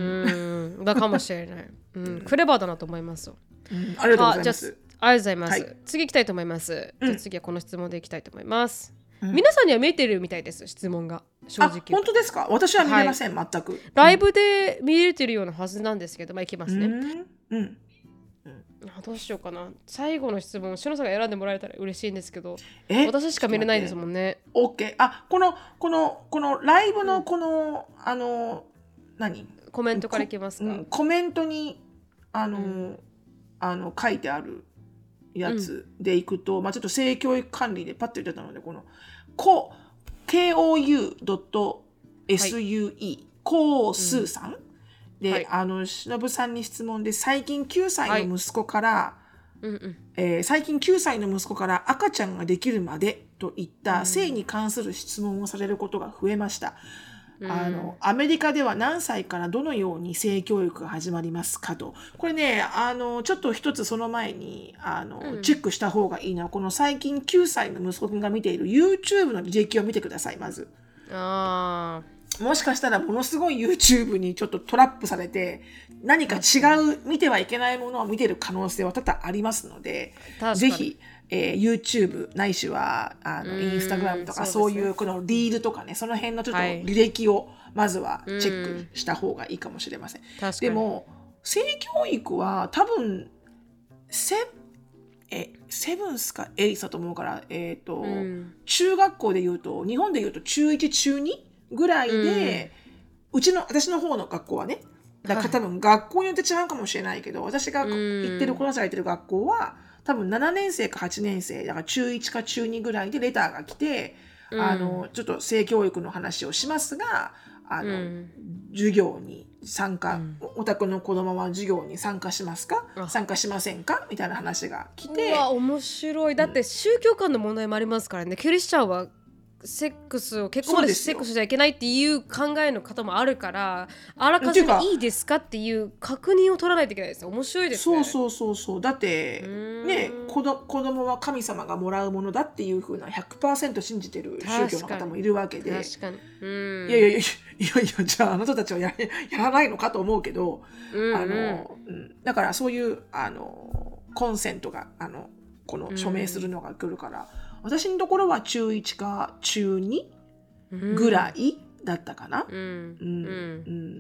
Speaker 2: うんだかもしれない、うん、クレバーだなと思います、
Speaker 1: うん、ありがとうございます。
Speaker 2: ありがとうございます、はい、次行きたいと思います、うん、じゃあ次はこの質問でいきたいと思います、うん、皆さんには見えてるみたいです、質問が正直。
Speaker 1: あ、本当ですか？私は見れません、はい、全く。
Speaker 2: ライブで見れてるようなはずなんですけど、まあいきますね。うん、うんどうしようかな。最後の質問、しのさんが選んでもらえたら嬉しいんですけど、私しか見れないですもんね。
Speaker 1: OK。あ、このこのこのライブのこの、うん、あの何？
Speaker 2: コメントからいきますか？
Speaker 1: うん、コメントにあの、うん、あの書いてあるやつでいくと、うん、まあちょっと性教育管理でパッと言ってたので、このこ ケーオーユードットエスユーイー、こうすーさん。で、はい、あのしのぶさんに質問で、最近きゅうさいの息子から、はいうんうんえー、最近きゅうさいの息子から赤ちゃんができるまでといった性に関する質問をされることが増えました。うん、あのアメリカでは何歳からどのように性教育が始まりますかと。これね、あのちょっと一つその前にあの、うん、チェックした方がいいのは、この最近きゅうさいの息子くんが見ている YouTube の履歴を見てください。まずあもしかしたらものすごい YouTube にちょっとトラップされて、何か違う見てはいけないものを見てる可能性は多々ありますので、ぜひ、えー、YouTube ないしはあの Instagram とかそういうこのリールとかね、その辺のちょっと履歴をまずはチェックした方がいいかもしれません。でも性教育は多分セえセブンスかエイスだと思うから、えーとうん、中学校でいうと、日本でいうと中いち中にぐらいで、うん、うちの私の方の学校はね、だから多分学校によって違うかもしれないけど、私が行ってる子たちが行ってる学校は多分ななねん生かはちねん生だから中いちか中にぐらいでレターが来て、うん、あのちょっと性教育の話をしますが、あの、うん、授業に参加、うん、お宅の子供は授業に参加しますか、参加しませんかみたいな話が来て、
Speaker 2: うわ面白い。だって宗教観の問題もありますからね。キリスチャンはセックスを結婚までセックスしちゃいけないっていう考えの方もあるから、あらかじめいいですかっていう確認を取らないといけないです。面白いですね。
Speaker 1: そうそうそうそう。だってね、子ど子供は神様がもらうものだっていう風な ひゃくパーセント 信じてる宗教の方もいるわけで、
Speaker 2: 確かにうん
Speaker 1: いやいやいやいやいやじゃああなたたちは や, やらないのかと思うけど、うんうん、あのうん、だからそういうあのコンセントがあのこの署名するのが来るから。うん私のところは中いちか中にぐらいだったかな、うんうんうん、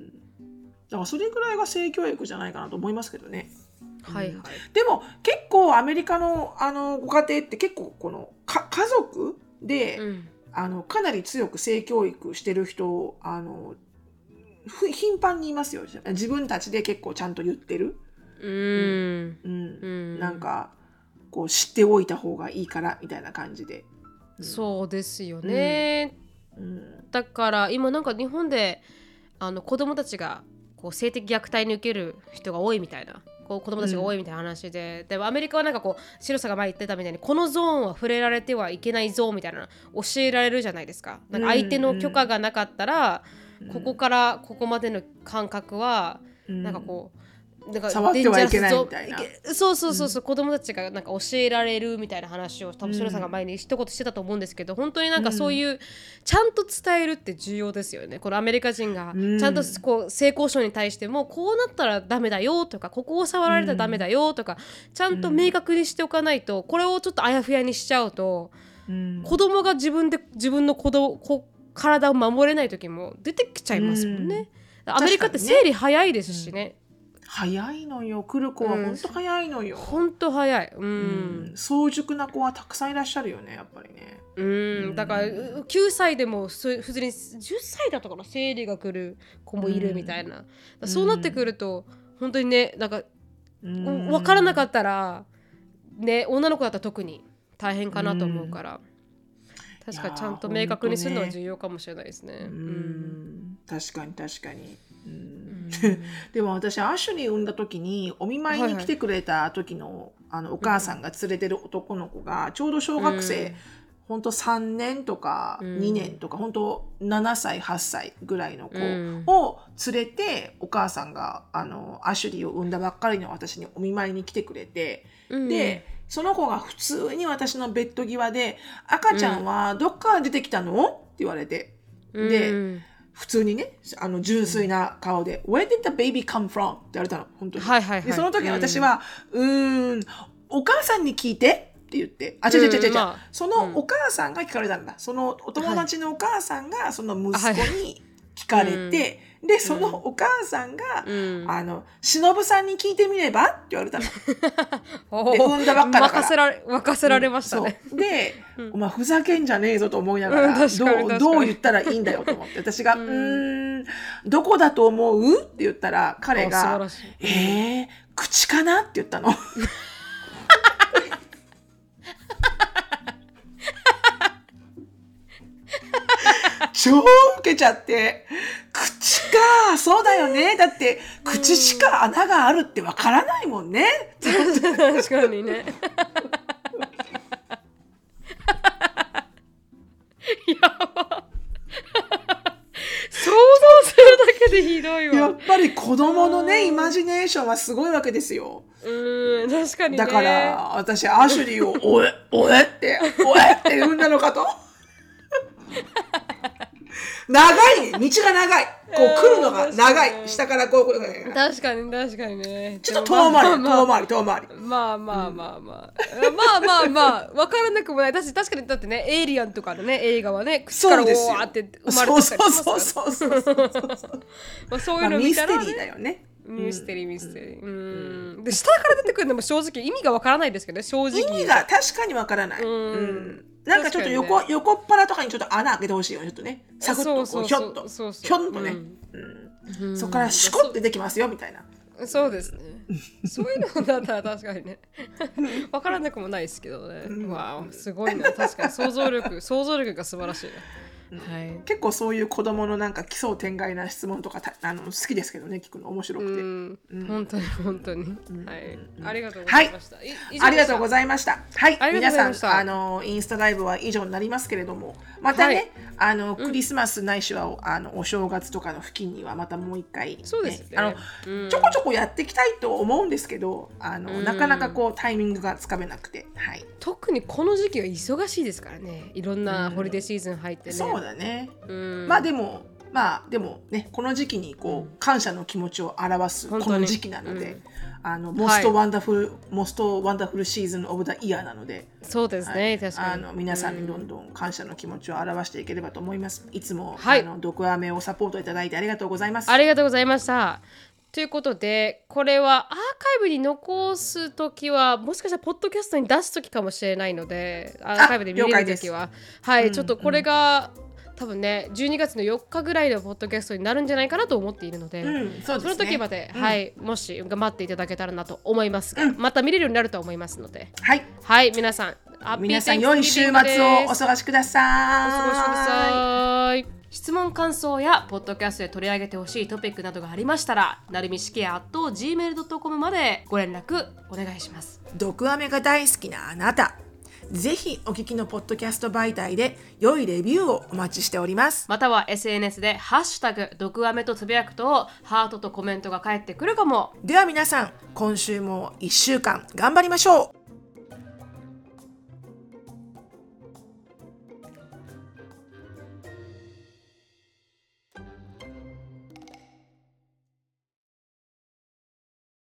Speaker 1: だからそれぐらいが性教育じゃないかなと思いますけどね、はいはい、でも結構アメリカ の, あのご家庭って結構このか家族で、うん、あのかなり強く性教育してる人あの頻繁に言いますよ。自分たちで結構ちゃんと言ってる。
Speaker 2: うん、
Speaker 1: うん
Speaker 2: うん、
Speaker 1: なんかこう知っておいた方がいいからみたいな感じで、
Speaker 2: うん、そうですよね、
Speaker 1: うん、
Speaker 2: だから今なんか日本であの子供たちがこう性的虐待に受ける人が多いみたいな、こう子供たちが多いみたいな話で、うん、でもアメリカはなんかこう白さが前言ってたみたいにこのゾーンは触れられてはいけないゾーンみたいなの教えられるじゃないですか。なんか相手の許可がなかったら、うん、ここからここまでの間隔は、うん、なんかこうだから
Speaker 1: 触ってはいけないみたいな、
Speaker 2: そうそうそうそう、うん、子供たちがなんか教えられるみたいな話を多分白さんが前に一言してたと思うんですけど、うん、本当になんかそういう、うん、ちゃんと伝えるって重要ですよね。このアメリカ人がちゃんとこう性交渉に対してもこうなったらダメだよとか、ここを触られたらダメだよとか、ちゃんと明確にしておかないと、これをちょっとあやふやにしちゃうと、うん、子供が自分で自分の子供こ体を守れない時も出てきちゃいますもんね、うん、アメリカって生理早いですしね、
Speaker 1: 早いのよ。来る子は本当早いのよ。
Speaker 2: 本当、うん、早い、うんうん、
Speaker 1: 早熟な子はたくさんいらっしゃるよね、やっぱりね。
Speaker 2: うん、だからきゅうさいでも普通にじゅっさいだったかな、生理が来る子もいるみたいな、うん、そうなってくると本当にね、なんか、うん、分からなかったらね、女の子だったら特に大変かなと思うから、うん、確かにちゃんと明確にするのは重要かもしれないですね。うん、うん、
Speaker 1: 確かに確かに、うんでも私アシュリー産んだ時にお見舞いに来てくれた時の、はいはい、あのお母さんが連れてる男の子がちょうど小学生、うん、ほんとさんねんとかにねんとか、うん、ほんとななさいはっさいぐらいの子を連れて、お母さんがあのアシュリーを産んだばっかりの私にお見舞いに来てくれて、うん、でその子が普通に私のベッド際で赤ちゃんはどっから出てきたのって言われて、うん、で普通にね、あの純粋な顔で、うん、Where did the baby come from? って言われたの、本当に。はいはいはい、でその時に私は、うん、うーん、お母さんに聞いてって言って、あ、違う違う違う違う、まあ、そのお母さんが聞かれたんだ。そのお友達のお母さんがその息子に聞かれて、はい、で、そのお母さんが、うん、あの、忍さんに聞いてみればって言われたの。で、産んだばっかだから。任せられ、任せられましたね。うん、で、うん、お前ふざけんじゃねえぞと思いながら、うん、どう、どう言ったらいいんだよと思って、私が、うん、うーん、どこだと思うって言ったら、彼が、えー、口かなって言ったの。超ウケちゃって、口か、そうだよね。だって口しか穴があるってわからないもんね。
Speaker 2: 確かにね。やば。想像するだけでひどいわ。
Speaker 1: やっぱり子供のね、イマジネーションはすごいわけですよ。
Speaker 2: うん、確かにね。
Speaker 1: だから私アシュリーをおえおえっておえって産んだのかと。長い、道が長い。こう来るのが長い。下からこう来る。
Speaker 2: 確かに確かにね。
Speaker 1: ちょっと遠回り、遠回り、遠回り。
Speaker 2: まあまあまあまあ。まあまあまあ、わからなくもない。確かにだってね、エイリアンとかのね、映画はね、口からおーって生まれてたりしますから。
Speaker 1: そうそうそうそうそう。
Speaker 2: そういうの見たら
Speaker 1: ミステリーだよね。
Speaker 2: ミステリーミステリー。うん。で、下から出てくるのも正直意味がわからないですけどね、正直。
Speaker 1: 意味が確かにわからない。うん。なんかちょっと横、ね、横っ腹とかにちょっと穴開けてほしいよ、ちょっとね。サクッとこうひょっと、ひょんとね。うんうん、そこからシュコってできますよ、みたいな。
Speaker 2: そうですね。そういうのだったら確かにね。わからなくもないですけどね。うん、わあ、すごいな。確かに想像力、想像力が素晴らしいな。
Speaker 1: はい、結構そういう子供のなんか奇想天外な質問とかたあの好きですけどね、聞くの面白くて、うん
Speaker 2: うん、本当に本当に、うん、はい、ありがとうございました、はい、
Speaker 1: ありがとうございました。はい、皆さんあのインスタライブは以上になりますけれども、またね、はい、あのクリスマスないしは、うん、あのお正月とかの付近にはまたもう一回、ね、
Speaker 2: そうですね、
Speaker 1: あの、うん、ちょこちょこやっていきたいと思うんですけど、あの、うん、なかなかこうタイミングがつかめなくて、はい、
Speaker 2: 特にこの時期は忙しいですからね、いろんなホリデーシーズン入ってね、うん、
Speaker 1: そうだね、うんまあでもまあでもね、この時期にこう感謝の気持ちを表すこの時期なので、うん、あのモストワンダフルモストワンダフルシーズンオブザイヤーなので、
Speaker 2: そうですね、はい、確かに
Speaker 1: あの皆さんにどんどん感謝の気持ちを表していければと思います。いつも、はい、あのドクアメをサポートいただいてありがとうございます。
Speaker 2: ありがとうございました。ということで、これはアーカイブに残すときはもしかしたらポッドキャストに出すときかもしれないので、アーカイブで見れるときははい、うん、ちょっとこれが、 多分ねじゅうにがつのよっかぐらいのポッドキャストになるんじゃないかなと思っているので、
Speaker 1: うん、そうですね、
Speaker 2: その時まで、
Speaker 1: うん、
Speaker 2: はい、もし頑張っていただけたらなと思いますが、
Speaker 1: うん、
Speaker 2: また見れるようになると思いますので、
Speaker 1: はい、
Speaker 2: はい、皆さん
Speaker 1: 皆さん良い週末をお過ごしください。
Speaker 2: お過ごしください。質問感想やポッドキャストで取り上げてほしいトピックなどがありましたら、なるみしきや アットジーメールドットコム までご連絡お願いします。
Speaker 1: 毒アメが大好きなあなた、ぜひお聞きのポッドキャスト媒体で良いレビューをお待ちしております。
Speaker 2: または エスエヌエス でハッシュタグ毒アメとつぶやくとハートとコメントが返ってくるかも。
Speaker 1: では皆さん、今週もいっしゅうかん頑張りましょう。